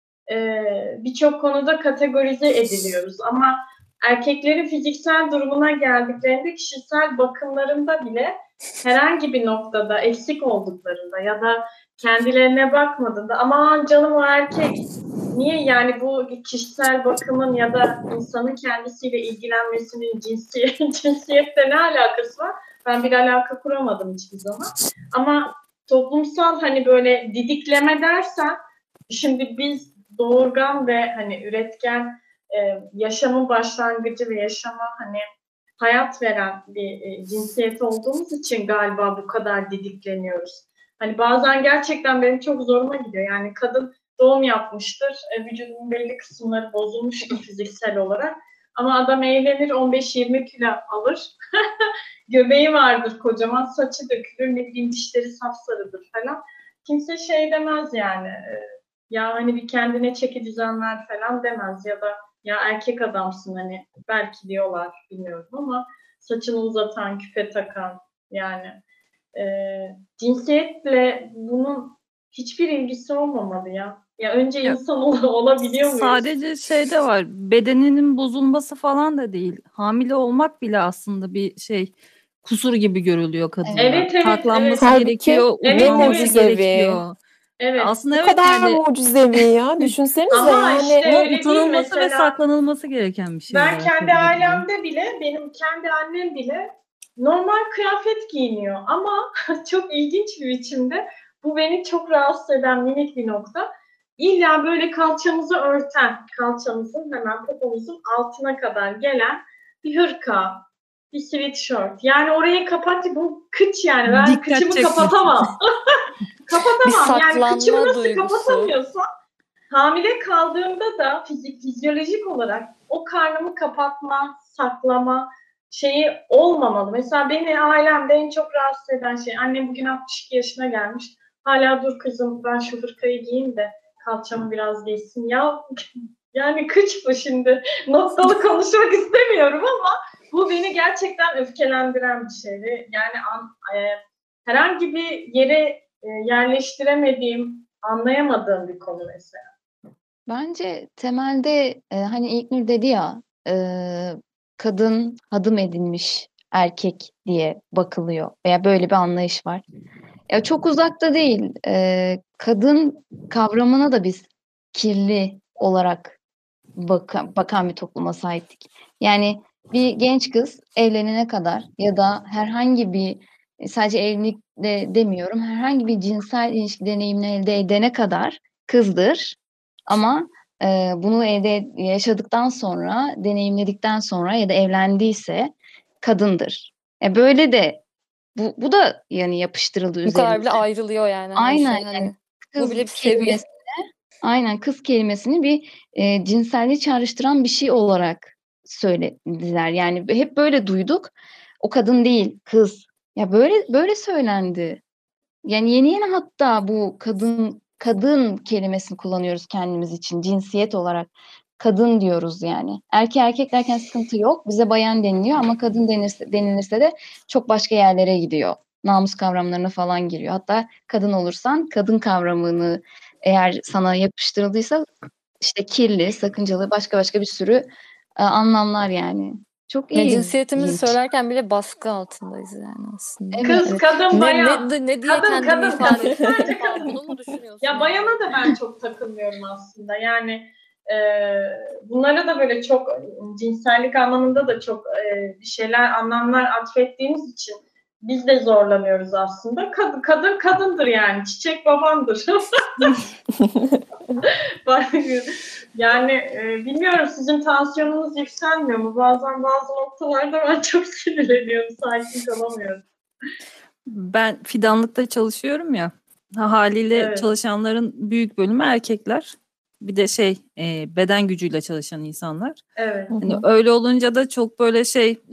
birçok konuda kategorize ediliyoruz. Ama erkeklerin fiziksel durumuna geldiklerinde, kişisel bakımlarında bile herhangi bir noktada eksik olduklarında ya da kendilerine bakmadığında, aman canım o erkek, niye yani, bu kişisel bakımın ya da insanın kendisiyle ilgilenmesinin cinsiyetle ne alakası var? Ben bir alaka kuramadım hiçbir zaman. Ama toplumsal hani böyle didikleme dersen, şimdi biz doğurgan ve hani üretken, yaşamın başlangıcı ve yaşama hani hayat veren bir cinsiyet olduğumuz için galiba bu kadar didikleniyoruz. Hani bazen gerçekten benim çok zoruma gidiyor. Yani kadın doğum yapmıştır, vücudunun belli kısımları bozulmuştur fiziksel olarak. Ama adam eğlenir, 15-20 kilo alır. Göbeği vardır kocaman, saçı dökülür, ne bileyim dişleri sapsarıdır falan. Kimse demez yani. Ya hani bir kendine çeki düzen ver falan demez, ya da ya erkek adamsın hani, belki diyorlar bilmiyorum ama saçını uzatan, küpe takan, yani cinsiyetle bunun hiçbir ilgisi olmamalı ya. Ya önce Ya, insan olabiliyor muyuz? sadece de var, bedeninin bozulması falan da değil. Hamile olmak bile aslında bir kusur gibi görülüyor kadınlar. Evet, Saklanması Halbuki gerekiyor, ne utanması mucizevi. gerekiyor. Evet. Aslında Bu evet, kadar yani mucizevi ya. Düşünsenize Ama yani. işte o öyle değil utanılması ve mesela. saklanılması gereken bir şey Ben olarak kendi kabul ediliyor. ailemde bile, benim kendi annem bile normal kıyafet giyiniyor ama çok ilginç bir biçimde, bu beni çok rahatsız eden minik bir nokta. İlla böyle kalçamızı örten, kalçamızın hemen popomuzun altına kadar gelen bir hırka, bir sweatshirt. Yani orayı kapat, bu kıç yani, ben Dikkat kıçımı çekmesin. kapatamam. Bir Kapatamam yani, kıçımı saklanma nasıl duygusu. kapatamıyorsam, hamile kaldığımda da fizyolojik olarak o karnımı kapatma, saklama olmamalı. Mesela beni ailemde en çok rahatsız eden şey, annem bugün 62 yaşına gelmiş. Hala dur kızım ben şu hırkayı giyeyim de kalçamı biraz giysin. Ya yani kıç bu şimdi. Noktalı konuşmak istemiyorum ama bu beni gerçekten öfkelendiren bir şey. Yani herhangi bir yere yerleştiremediğim, anlayamadığım bir konu mesela. Bence temelde hani İlknur dedi ya, kadın hadım edilmiş erkek diye bakılıyor veya böyle bir anlayış var. Ya çok uzakta değil. Kadın kavramına da biz kirli olarak bakan bir topluma sahiptik. Yani bir genç kız evlenene kadar ya da herhangi bir sadece evlilikte demiyorum, herhangi bir cinsel ilişki deneyimini elde edene kadar kızdır. Ama bunu yaşadıktan sonra, deneyimledikten sonra ya da evlendiyse kadındır. Böyle de bu da yani yapıştırıldı Bu kadar bile üzerimize. ayrılıyor yani her Aynen şey. Hani yani bu kız bile bir seviye. kelimesi, aynen kız kelimesini bir cinselliği çağrıştıran bir şey olarak söylediler. Yani hep böyle duyduk. O kadın değil, kız. Ya böyle söylendi. Yani yeni hatta bu kadın kelimesini kullanıyoruz kendimiz için cinsiyet olarak. Kadın diyoruz yani. Erkek derken sıkıntı yok. Bize bayan deniliyor ama kadın denilirse de çok başka yerlere gidiyor. Namus kavramlarına falan giriyor. Hatta kadın olursan kadın kavramını eğer sana yapıştırıldıysa işte kirli, sakıncalı başka bir sürü anlamlar yani. Çok Ne cinsiyetimizi ilginç. söylerken bile baskı altındayız yani aslında. Evet. Kız, Hani kadın, bayan. ne diye Kadın, kendimi kadın, ifade kadın. ediyorum Sadece falan. kadın. Bunu mu düşünüyorsun? Ya bayana da ben çok takılmıyorum aslında. Yani bunlara da böyle çok cinsellik anlamında da çok bir şeyler, anlamlar atfettiğimiz için biz de zorlanıyoruz aslında. Kadın kadındır yani. Çiçek babandır. Yani bilmiyorum, sizin tansiyonunuz yükselmiyor mu? Bazen bazı noktalarda ben çok sinirleniyorum. Sakin kalamıyorum. Ben fidanlıkta çalışıyorum ya. Haliyle Evet. çalışanların büyük bölümü erkekler. Bir de beden gücüyle çalışan insanlar. Evet. Hani öyle olunca da çok böyle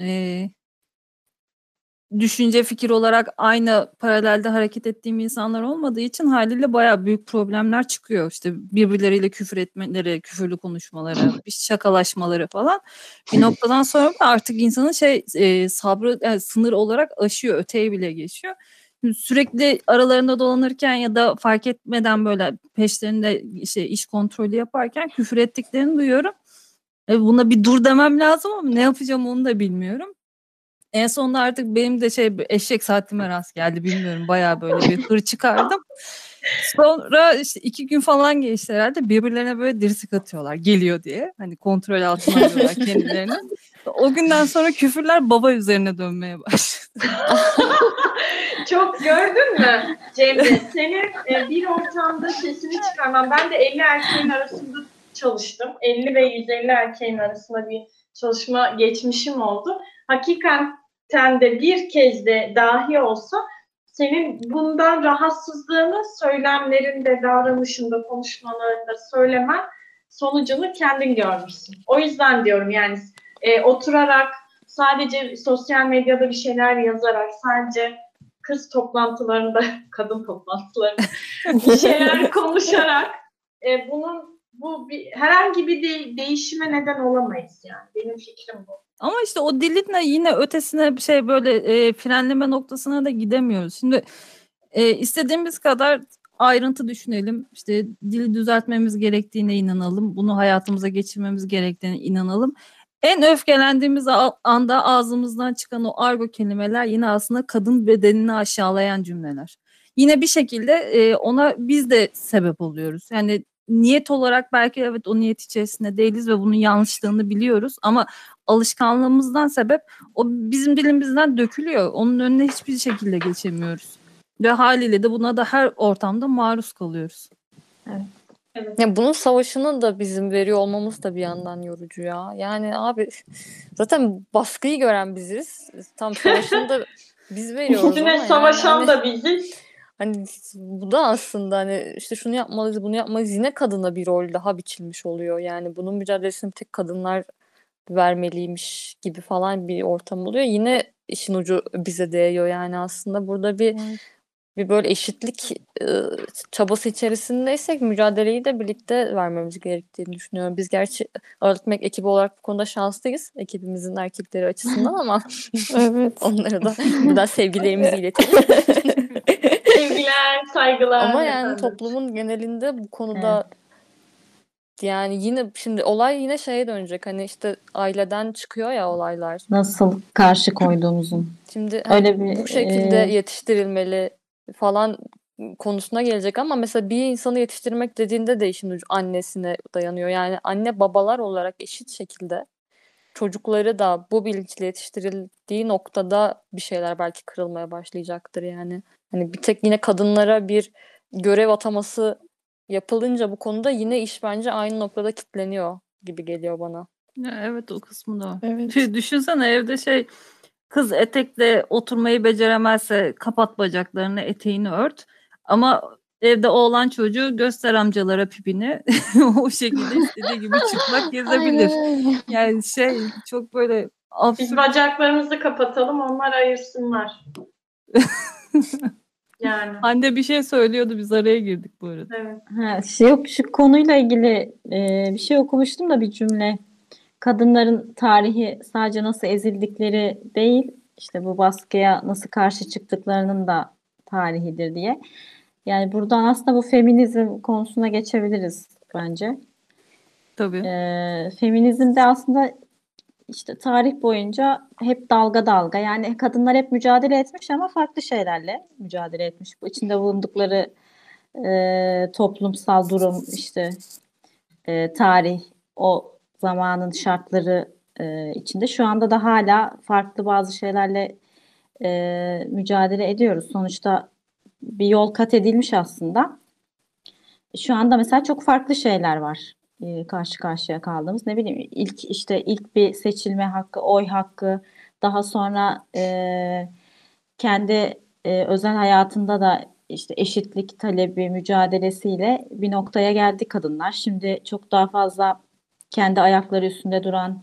düşünce fikir olarak aynı paralelde hareket ettiğim insanlar olmadığı için haliyle bayağı büyük problemler çıkıyor. İşte birbirleriyle küfür etmeleri, küfürlü konuşmaları, bir şakalaşmaları falan. Bir noktadan sonra artık insanın sabrı sınır olarak aşıyor, öteye bile geçiyor. Sürekli aralarında dolanırken ya da fark etmeden böyle peşlerinde iş kontrolü yaparken küfür ettiklerini duyuyorum. Buna bir dur demem lazım ama ne yapacağım onu da bilmiyorum. En sonunda artık benim de eşek saatime rast geldi, bilmiyorum, bayağı böyle bir hır çıkardım. Sonra işte 2 gün falan geçti herhalde, birbirlerine böyle dirsek atıyorlar geliyor diye. Hani kontrol altına alıyorlar kendilerini. O günden sonra küfürler baba üzerine dönmeye başladı. Çok gördün mü Cemre? Senin bir ortamda sesini çıkarman. Ben de 50 erkeğin arasında çalıştım. 50 ve 150 erkeğin arasında bir çalışma geçmişim oldu. Hakikaten de bir kez de dahi olsa senin bundan rahatsızlığını söylemlerinde, davranışında, konuşmalarında söylemen sonucunu kendin görmüşsün. O yüzden diyorum yani oturarak, sadece sosyal medyada bir şeyler yazarak, sadece kız toplantılarında, kadın toplantılarında bir şeyler konuşarak herhangi bir değişime neden olamayız yani. Benim fikrim bu. Ama işte o dilin de yine ötesine böyle frenleme noktasına da gidemiyoruz. Şimdi istediğimiz kadar ayrıntı düşünelim. İşte dili düzeltmemiz gerektiğine inanalım. Bunu hayatımıza geçirmemiz gerektiğine inanalım. En öfkelendiğimiz anda ağzımızdan çıkan o argo kelimeler yine aslında kadın bedenini aşağılayan cümleler. Yine bir şekilde ona biz de sebep oluyoruz. Yani niyet olarak belki evet o niyet içerisinde değiliz ve bunun yanlışlığını biliyoruz ama alışkanlığımızdan sebep o bizim dilimizden dökülüyor. Onun önüne hiçbir şekilde geçemiyoruz. Ve haliyle de buna da her ortamda maruz kalıyoruz. Evet. Ya bunun savaşını da bizim veriyor olmamız da bir yandan yorucu ya. Yani abi zaten baskıyı gören biziz. Tam savaşını da biz veriyoruz Üstüne ama savaşan yani da biziz. hani bu da aslında hani işte şunu yapmalıyız, bunu yapmalıyız. Yine kadına bir rol daha biçilmiş oluyor. Yani bunun mücadelesini bir tek kadınlar vermeliymiş gibi falan bir ortam oluyor. Yine işin ucu bize değiyor yani aslında. Burada bir böyle eşitlik çabası içerisindeysek mücadeleyi de birlikte vermemiz gerektiğini düşünüyorum. Biz gerçi Öğretmek ekibi olarak bu konuda şanslıyız. Ekibimizin erkekleri açısından ama Evet. onlara da buradan sevgilerimizi iletelim. Sevgiler, saygılar. Ama yani efendim. toplumun genelinde bu konuda Yani yine şimdi olay yine şeye dönecek. Hani işte aileden çıkıyor ya olaylar. Nasıl karşı koyduğumuzun. Şimdi hani Öyle bir bu şekilde yetiştirilmeli falan konusuna gelecek ama mesela bir insanı yetiştirmek dediğinde de işin ucu annesine dayanıyor. Yani anne babalar olarak eşit şekilde çocukları da bu bilinçle yetiştirildiği noktada bir şeyler belki kırılmaya başlayacaktır yani. Hani bir tek yine kadınlara bir görev ataması yapılınca bu konuda yine iş bence aynı noktada kilitleniyor gibi geliyor bana. Ya evet, o kısmı da. Evet. Düşünsene evde kız etekle oturmayı beceremezse kapat bacaklarını, eteğini ört. Ama evde oğlan çocuğu göster amcalara pipini. O şekilde istediği gibi çıplak gezebilir. Aynen öyle. Yani çok böyle Biz absürt. bacaklarımızı kapatalım, onlar ayırsınlar. Yani. Hande bir şey söylüyordu, biz araya girdik bu arada. Evet. Şu konuyla ilgili bir şey okumuştum da bir cümle. Kadınların tarihi sadece nasıl ezildikleri değil, işte bu baskıya nasıl karşı çıktıklarının da tarihidir diye. Yani buradan aslında bu feminizm konusuna geçebiliriz bence. Tabii. Feminizmde aslında işte tarih boyunca hep dalga dalga, yani kadınlar hep mücadele etmiş ama farklı şeylerle mücadele etmiş. Bu içinde bulundukları toplumsal durum, işte tarih, o zamanın şartları içinde şu anda da hala farklı bazı şeylerle mücadele ediyoruz. Sonuçta bir yol kat edilmiş aslında. Şu anda mesela çok farklı şeyler var karşı karşıya kaldığımız. Ne bileyim, ilk bir seçilme hakkı, oy hakkı, daha sonra kendi özel hayatında da işte eşitlik talebi mücadelesiyle bir noktaya geldi kadınlar. Şimdi çok daha fazla kendi ayakları üstünde duran,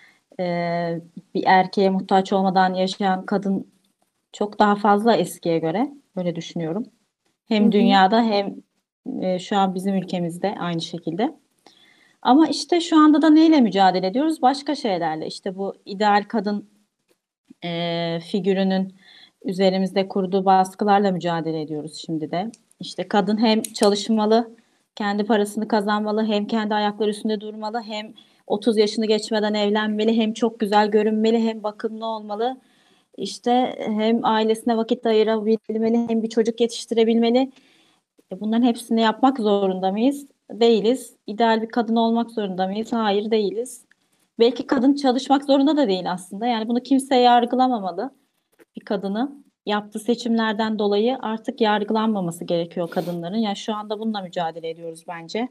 bir erkeğe muhtaç olmadan yaşayan kadın çok daha fazla eskiye göre. Böyle düşünüyorum. Hem dünyada hem şu an bizim ülkemizde aynı şekilde. Ama işte şu anda da neyle mücadele ediyoruz? Başka şeylerle. İşte bu ideal kadın figürünün üzerimizde kurduğu baskılarla mücadele ediyoruz şimdi de. İşte kadın hem çalışmalı, kendi parasını kazanmalı, hem kendi ayakları üstünde durmalı, hem 30 yaşını geçmeden evlenmeli, hem çok güzel görünmeli, hem bakımlı olmalı. İşte hem ailesine vakit ayırabilmeli, hem bir çocuk yetiştirebilmeli. Bunların hepsini yapmak zorunda mıyız? Değiliz. İdeal bir kadın olmak zorunda mıyız? Hayır, değiliz. Belki kadın çalışmak zorunda da değil aslında. Yani bunu kimse yargılamamalı. Bir kadını yaptığı seçimlerden dolayı artık yargılanmaması gerekiyor kadınların. Yani şu anda bununla mücadele ediyoruz bence.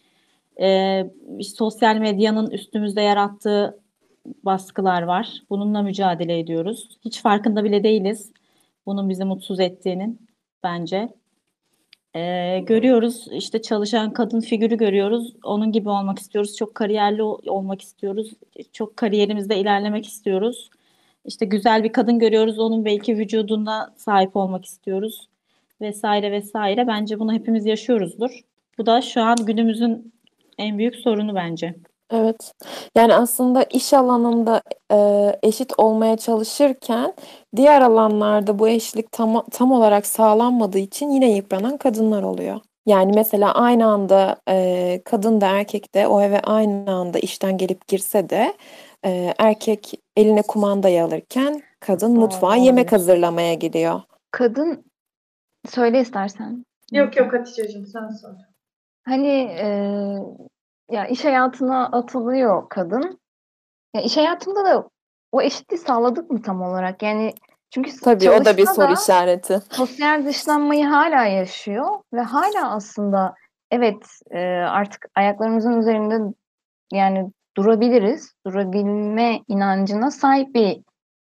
Sosyal medyanın üstümüzde yarattığı baskılar var. Bununla mücadele ediyoruz. Hiç farkında bile değiliz bunun bizi mutsuz ettiğinin bence. Görüyoruz işte, çalışan kadın figürü görüyoruz. Onun gibi olmak istiyoruz. Çok kariyerli olmak istiyoruz. Çok kariyerimizde ilerlemek istiyoruz. İşte güzel bir kadın görüyoruz. Onun belki vücuduna sahip olmak istiyoruz. Vesaire vesaire. Bence bunu hepimiz yaşıyoruzdur. Bu da şu an günümüzün en büyük sorunu bence. Evet. Yani aslında iş alanında eşit olmaya çalışırken diğer alanlarda bu eşitlik tam olarak sağlanmadığı için yine yıpranan kadınlar oluyor. Yani mesela aynı anda kadın da erkek de o eve aynı anda işten gelip girse de erkek eline kumandayı alırken kadın mutfağa yemek olabilir. hazırlamaya gidiyor. Kadın söyle istersen. Yok Hatice'cim, sen sor. Hani ya iş hayatına atılıyor kadın. Ya iş hayatında da o eşitliği sağladık mı tam olarak? Yani çünkü Tabii o da bir çalışsa soru da işareti. sosyal dışlanmayı hala yaşıyor ve hala aslında evet artık ayaklarımızın üzerinde yani durabiliriz. Durabilme inancına sahip bir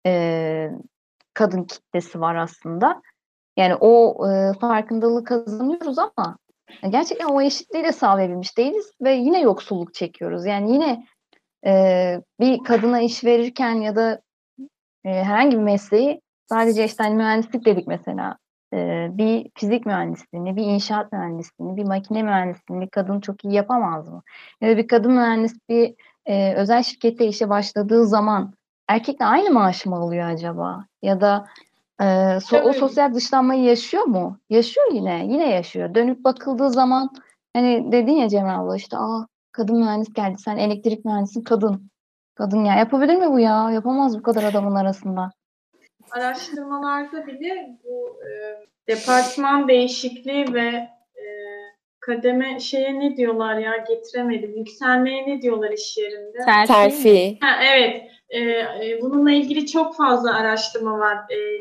kadın kitlesi var aslında. Yani o farkındalığı kazanıyoruz ama gerçekten o eşitliği de sağlayabilmiş değiliz ve yine yoksulluk çekiyoruz. Yani yine bir kadına iş verirken ya da herhangi bir mesleği sadece işte hani mühendislik dedik mesela. Bir fizik mühendisliğini, bir inşaat mühendisliğini, bir makine mühendisliğini kadın çok iyi yapamaz mı? Ya da bir kadın mühendis bir özel şirkette işe başladığı zaman erkekle aynı maaş mı alıyor acaba? Ya da o sosyal dışlanmayı yaşıyor mu? Yaşıyor yine. Yine yaşıyor. Dönüp bakıldığı zaman hani dedin ya Cemre abla işte kadın mühendis geldi. Sen elektrik mühendisisin, kadın. Kadın ya. Yapabilir mi bu ya? Yapamaz bu kadar adamın arasında. Araştırmalarda bile bu departman değişikliği ve kademe şeye ne diyorlar ya, getiremedim. Yükselmeye ne diyorlar iş yerinde? Terfi. Ha, evet. Bununla ilgili çok fazla araştırma var.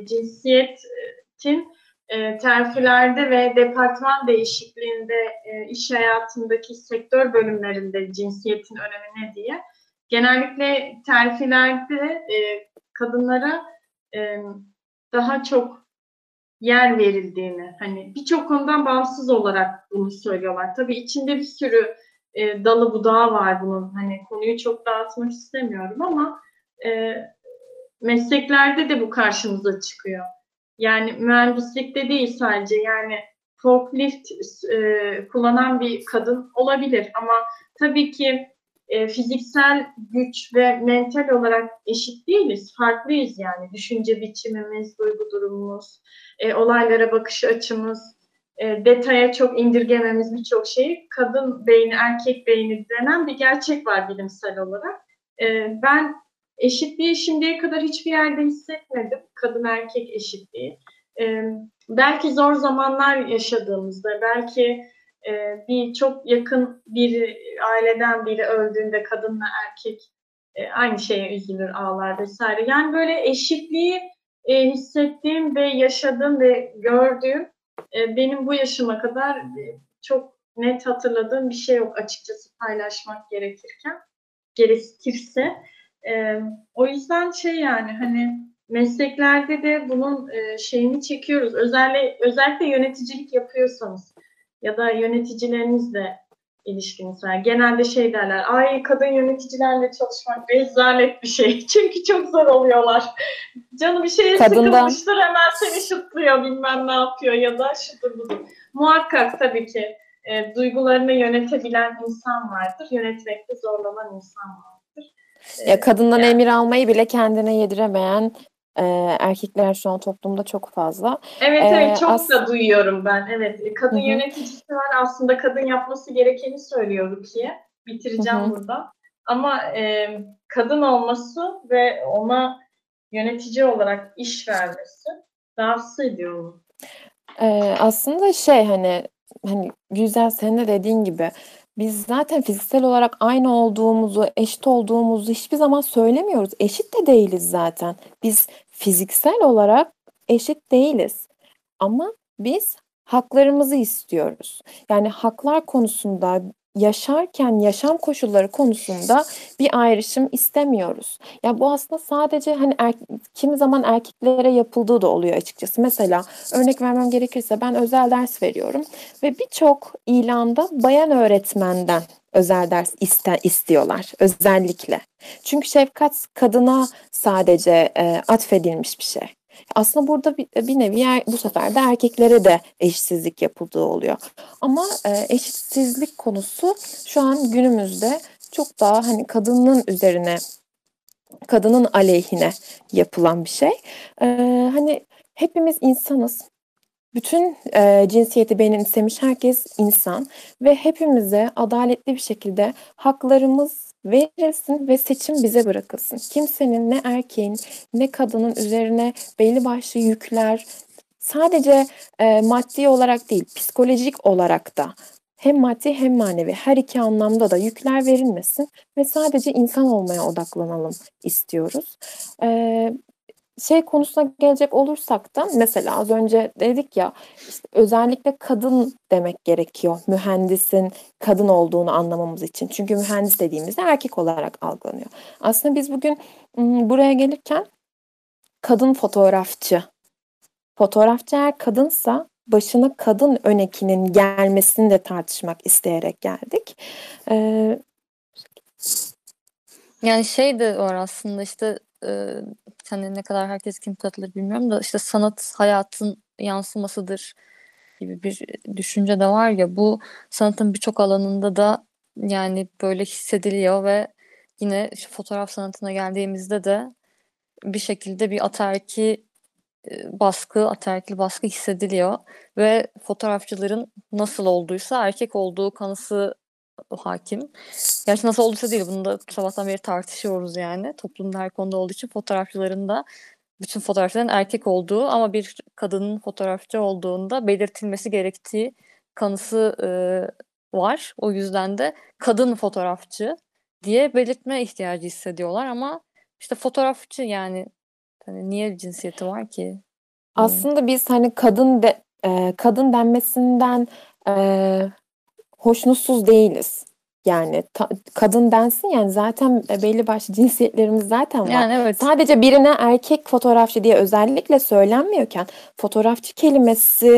Cinsiyetin terfilerde ve departman değişikliğinde iş hayatındaki sektör bölümlerinde cinsiyetin önemi ne diye. Genellikle terfilerde kadınlara daha çok yer verildiğini, hani birçok konudan bağımsız olarak bunu söylüyorlar. Tabii içinde bir sürü dalı budağı var bunun. Hani konuyu çok dağıtmak istemiyorum ama mesleklerde de bu karşımıza çıkıyor. Yani mühendislikte değil sadece, yani forklift kullanan bir kadın olabilir ama tabii ki fiziksel güç ve mental olarak eşit değiliz. Farklıyız yani. Düşünce biçimimiz, duygu durumumuz, olaylara bakış açımız, detaya çok indirgememiz, birçok şeyi, kadın beyni, erkek beyni denen bir gerçek var bilimsel olarak. Ben eşitliği şimdiye kadar hiçbir yerde hissetmedim. Kadın erkek eşitliği. Belki zor zamanlar yaşadığımızda, belki bir çok yakın bir aileden biri öldüğünde kadınla erkek aynı şeye üzülür, ağlar vesaire. Yani böyle eşitliği hissettiğim ve yaşadığım ve gördüğüm benim bu yaşıma kadar çok net hatırladığım bir şey yok açıkçası, paylaşmak gerekirse. O yüzden yani hani mesleklerde de bunun şeyini çekiyoruz. Özellikle yöneticilik yapıyorsanız ya da yöneticilerinizle ilişkiniz var. Genelde şey derler, ay kadın yöneticilerle çalışmak rezalet bir şey. Çünkü çok zor oluyorlar. Canı bir şeye sıkılmıştır, hemen seni şutluyor, bilmem ne yapıyor ya da şudur budur. Muhakkak tabii ki duygularını yönetebilen insan vardır. Yönetmekte zorlanan insan vardır. Ya kadından emir almayı bile kendine yediremeyen erkekler şu an toplumda çok fazla. Evet çok da duyuyorum ben. Evet, kadın yöneticisi var. Aslında kadın yapması gerekeni söylüyor Rukiye. Bitireceğim burada. Ama kadın olması ve ona yönetici olarak iş vermesi rahatsız ediyor onu. Aslında hani Güzel, senin de dediğin gibi biz zaten fiziksel olarak aynı olduğumuzu, eşit olduğumuzu hiçbir zaman söylemiyoruz. Eşit de değiliz zaten. Biz fiziksel olarak eşit değiliz. Ama biz haklarımızı istiyoruz. Yani haklar konusunda, yaşarken yaşam koşulları konusunda bir ayrışım istemiyoruz. Ya bu aslında sadece hani kimi zaman erkeklere yapıldığı da oluyor açıkçası. Mesela örnek vermem gerekirse ben özel ders veriyorum ve birçok ilanda bayan öğretmenden özel ders istiyorlar özellikle. Çünkü şefkat kadına sadece atfedilmiş bir şey. Aslında burada bir nevi bu sefer de erkeklere de eşitsizlik yapıldığı oluyor. Ama eşitsizlik konusu şu an günümüzde çok daha hani kadının üzerine, kadının aleyhine yapılan bir şey. Hani hepimiz insanız. Bütün cinsiyeti benimsemiş herkes insan ve hepimize adaletli bir şekilde haklarımız verilsin ve seçim bize bırakılsın. Kimsenin, ne erkeğin ne kadının üzerine belli başlı yükler, sadece maddi olarak değil, psikolojik olarak da hem maddi hem manevi her iki anlamda da yükler verilmesin ve sadece insan olmaya odaklanalım istiyoruz. Konusuna gelecek olursak da mesela az önce dedik ya, işte özellikle kadın demek gerekiyor mühendisin kadın olduğunu anlamamız için. Çünkü mühendis dediğimizde erkek olarak algılanıyor. Aslında biz bugün buraya gelirken kadın fotoğrafçı eğer kadınsa başına kadın önekinin gelmesini de tartışmak isteyerek geldik. Yani de var aslında işte hani ne kadar herkes kim katılır bilmiyorum da işte sanat hayatın yansımasıdır gibi bir düşünce de var ya, bu sanatın birçok alanında da yani böyle hissediliyor ve yine şu fotoğraf sanatına geldiğimizde de bir şekilde bir ataerkil baskı hissediliyor ve fotoğrafçıların nasıl olduysa erkek olduğu kanısı hakim. Gerçi nasıl olduysa değil. Bunu da sabahtan beri tartışıyoruz yani. Toplumda her konuda olduğu için fotoğrafçıların da bütün fotoğrafçıların erkek olduğu ama bir kadının fotoğrafçı olduğunda belirtilmesi gerektiği kanısı var. O yüzden de kadın fotoğrafçı diye belirtme ihtiyacı hissediyorlar ama işte fotoğrafçı yani hani niye cinsiyeti var ki? Aslında biz hani kadın denmesinden hoşnutsuz değiliz. Yani kadın densin yani zaten belli başlı cinsiyetlerimiz zaten var. Yani evet. Sadece birine erkek fotoğrafçı diye özellikle söylenmiyorken fotoğrafçı kelimesi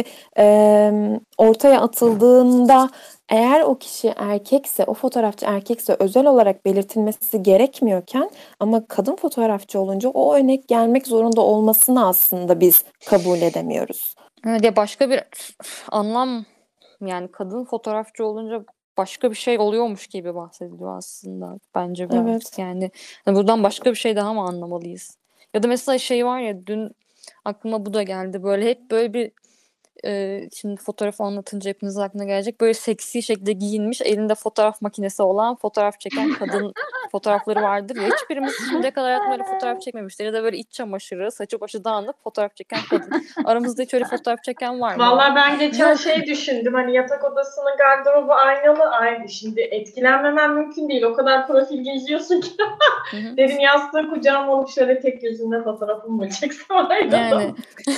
ortaya atıldığında eğer o kişi erkekse, o fotoğrafçı erkekse özel olarak belirtilmesi gerekmiyorken ama kadın fotoğrafçı olunca o örnek gelmek zorunda olmasını aslında biz kabul edemiyoruz. Evet, ya başka bir anlam yani kadın fotoğrafçı olunca başka bir şey oluyormuş gibi bahsediliyor aslında bence birazcık. Evet. Yani hani buradan başka bir şey daha mı anlamalıyız? Ya da mesela şey var ya dün aklıma bu da geldi. Böyle hep böyle bir şimdi fotoğrafı anlatınca hepinizin aklına gelecek. Böyle seksi şekilde giyinmiş, elinde fotoğraf makinesi olan, fotoğraf çeken kadın fotoğrafları vardır ya. Hiçbirimiz şimdiye kadar hayatımda öyle fotoğraf çekmemiştir. Ya da böyle iç çamaşırı, saçı başı dağınık fotoğraf çeken kadın. Aramızda hiç öyle fotoğraf çeken var mı? Vallahi ben geçen Yok. şey düşündüm. Hani yatak odasının gardırobu aynalı. Ay şimdi etkilenmemem mümkün değil. O kadar profil geziyorsun ki. Hı hı. Dedim yastığı kucağıma alıp şöyle tek gözümle fotoğrafımı mı çeksem aynalı. Yani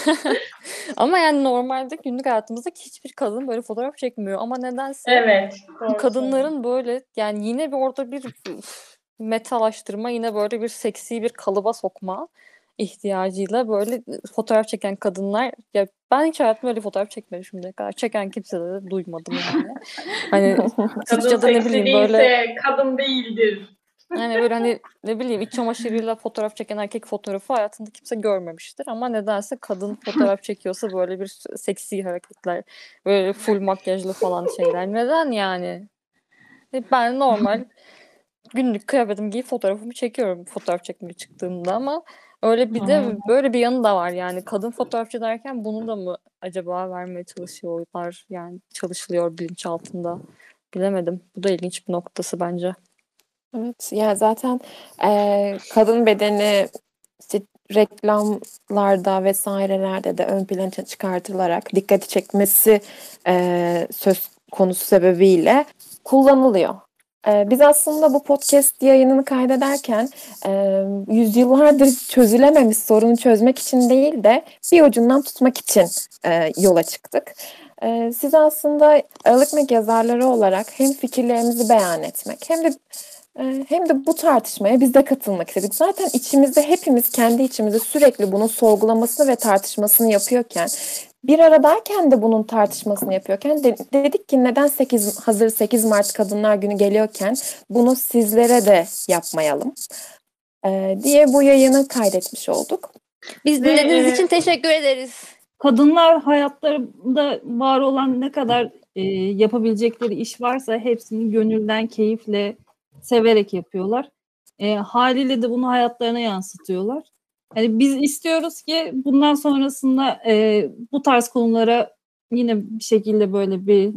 ama yani normalde günlük hayatımızda hiçbir kadın böyle fotoğraf çekmiyor ama nedense Evet. Doğru kadınların böyle yani yine bir orada bir metalaştırma, yine böyle bir seksi bir kalıba sokma ihtiyacıyla böyle fotoğraf çeken kadınlar, ya ben hiç hayatımda öyle fotoğraf çekmedim şimdiye kadar. Çeken kimse de duymadım yani. Hani Kadın ya da ne seksi bileyim değilse böyle kadın değildir. hani böyle hani ne bileyim iç çamaşırıyla fotoğraf çeken erkek fotoğrafı hayatında kimse görmemiştir ama nedense kadın fotoğraf çekiyorsa böyle bir seksi hareketler, böyle full makyajlı falan şeyler. Neden yani? Ben normal günlük kıyafetimi giyip fotoğrafımı çekiyorum fotoğraf çekmeye çıktığımda ama öyle bir de böyle bir yanı da var yani kadın fotoğrafçı derken bunu da mı acaba vermeye çalışıyorlar yani çalışılıyor bilinçaltında, bilemedim. Bu da ilginç bir noktası bence. Evet, ya zaten kadın bedeni işte reklamlarda vesairelerde de ön plana çıkartılarak dikkati çekmesi söz konusu sebebiyle kullanılıyor. Biz aslında bu podcast yayınını kaydederken yüzyıllardır çözülememiş sorunu çözmek için değil de bir ucundan tutmak için yola çıktık. Siz aslında Aralık Meg yazarları olarak hem fikirlerimizi beyan etmek hem de bu tartışmaya biz de katılmak istedik. Zaten içimizde hepimiz kendi içimizde sürekli bunun sorgulamasını ve tartışmasını yapıyorken bir aradayken de bunun tartışmasını yapıyorken dedik ki neden hazır 8 Mart Kadınlar Günü geliyorken bunu sizlere de yapmayalım diye bu yayını kaydetmiş olduk. Biz dinlediğiniz için teşekkür ederiz. Kadınlar hayatlarında var olan ne kadar yapabilecekleri iş varsa hepsini gönülden, keyifle, severek yapıyorlar. Haliyle de bunu hayatlarına yansıtıyorlar. Yani biz istiyoruz ki bundan sonrasında bu tarz konulara yine bir şekilde böyle bir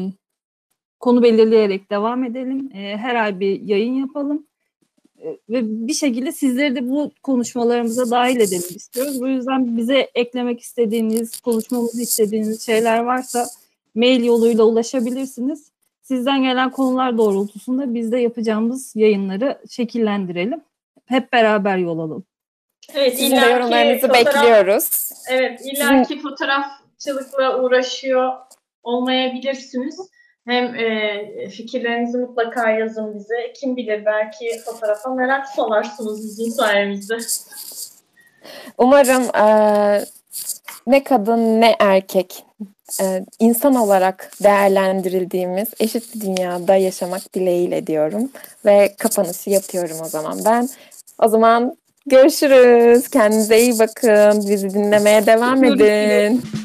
konu belirleyerek devam edelim. Her ay bir yayın yapalım. Ve bir şekilde sizleri de bu konuşmalarımıza dahil edelim istiyoruz. Bu yüzden bize eklemek istediğiniz, konuşmamızı istediğiniz şeyler varsa mail yoluyla ulaşabilirsiniz. Sizden gelen konular doğrultusunda biz de yapacağımız yayınları şekillendirelim. Hep beraber yol alalım. Evet, Sizin de yorumlarınızı bekliyoruz. Evet, illaki fotoğrafçılıkla uğraşıyor olmayabilirsiniz. Hem fikirlerinizi mutlaka yazın bize. Kim bilir belki fotoğrafa merak salarsınız bizim sayemizde. Umarım ne kadın ne erkek insan olarak değerlendirildiğimiz eşit bir dünyada yaşamak dileğiyle diyorum. Ve kapanışı yapıyorum o zaman ben. O zaman görüşürüz. Kendinize iyi bakın. Bizi dinlemeye devam edin.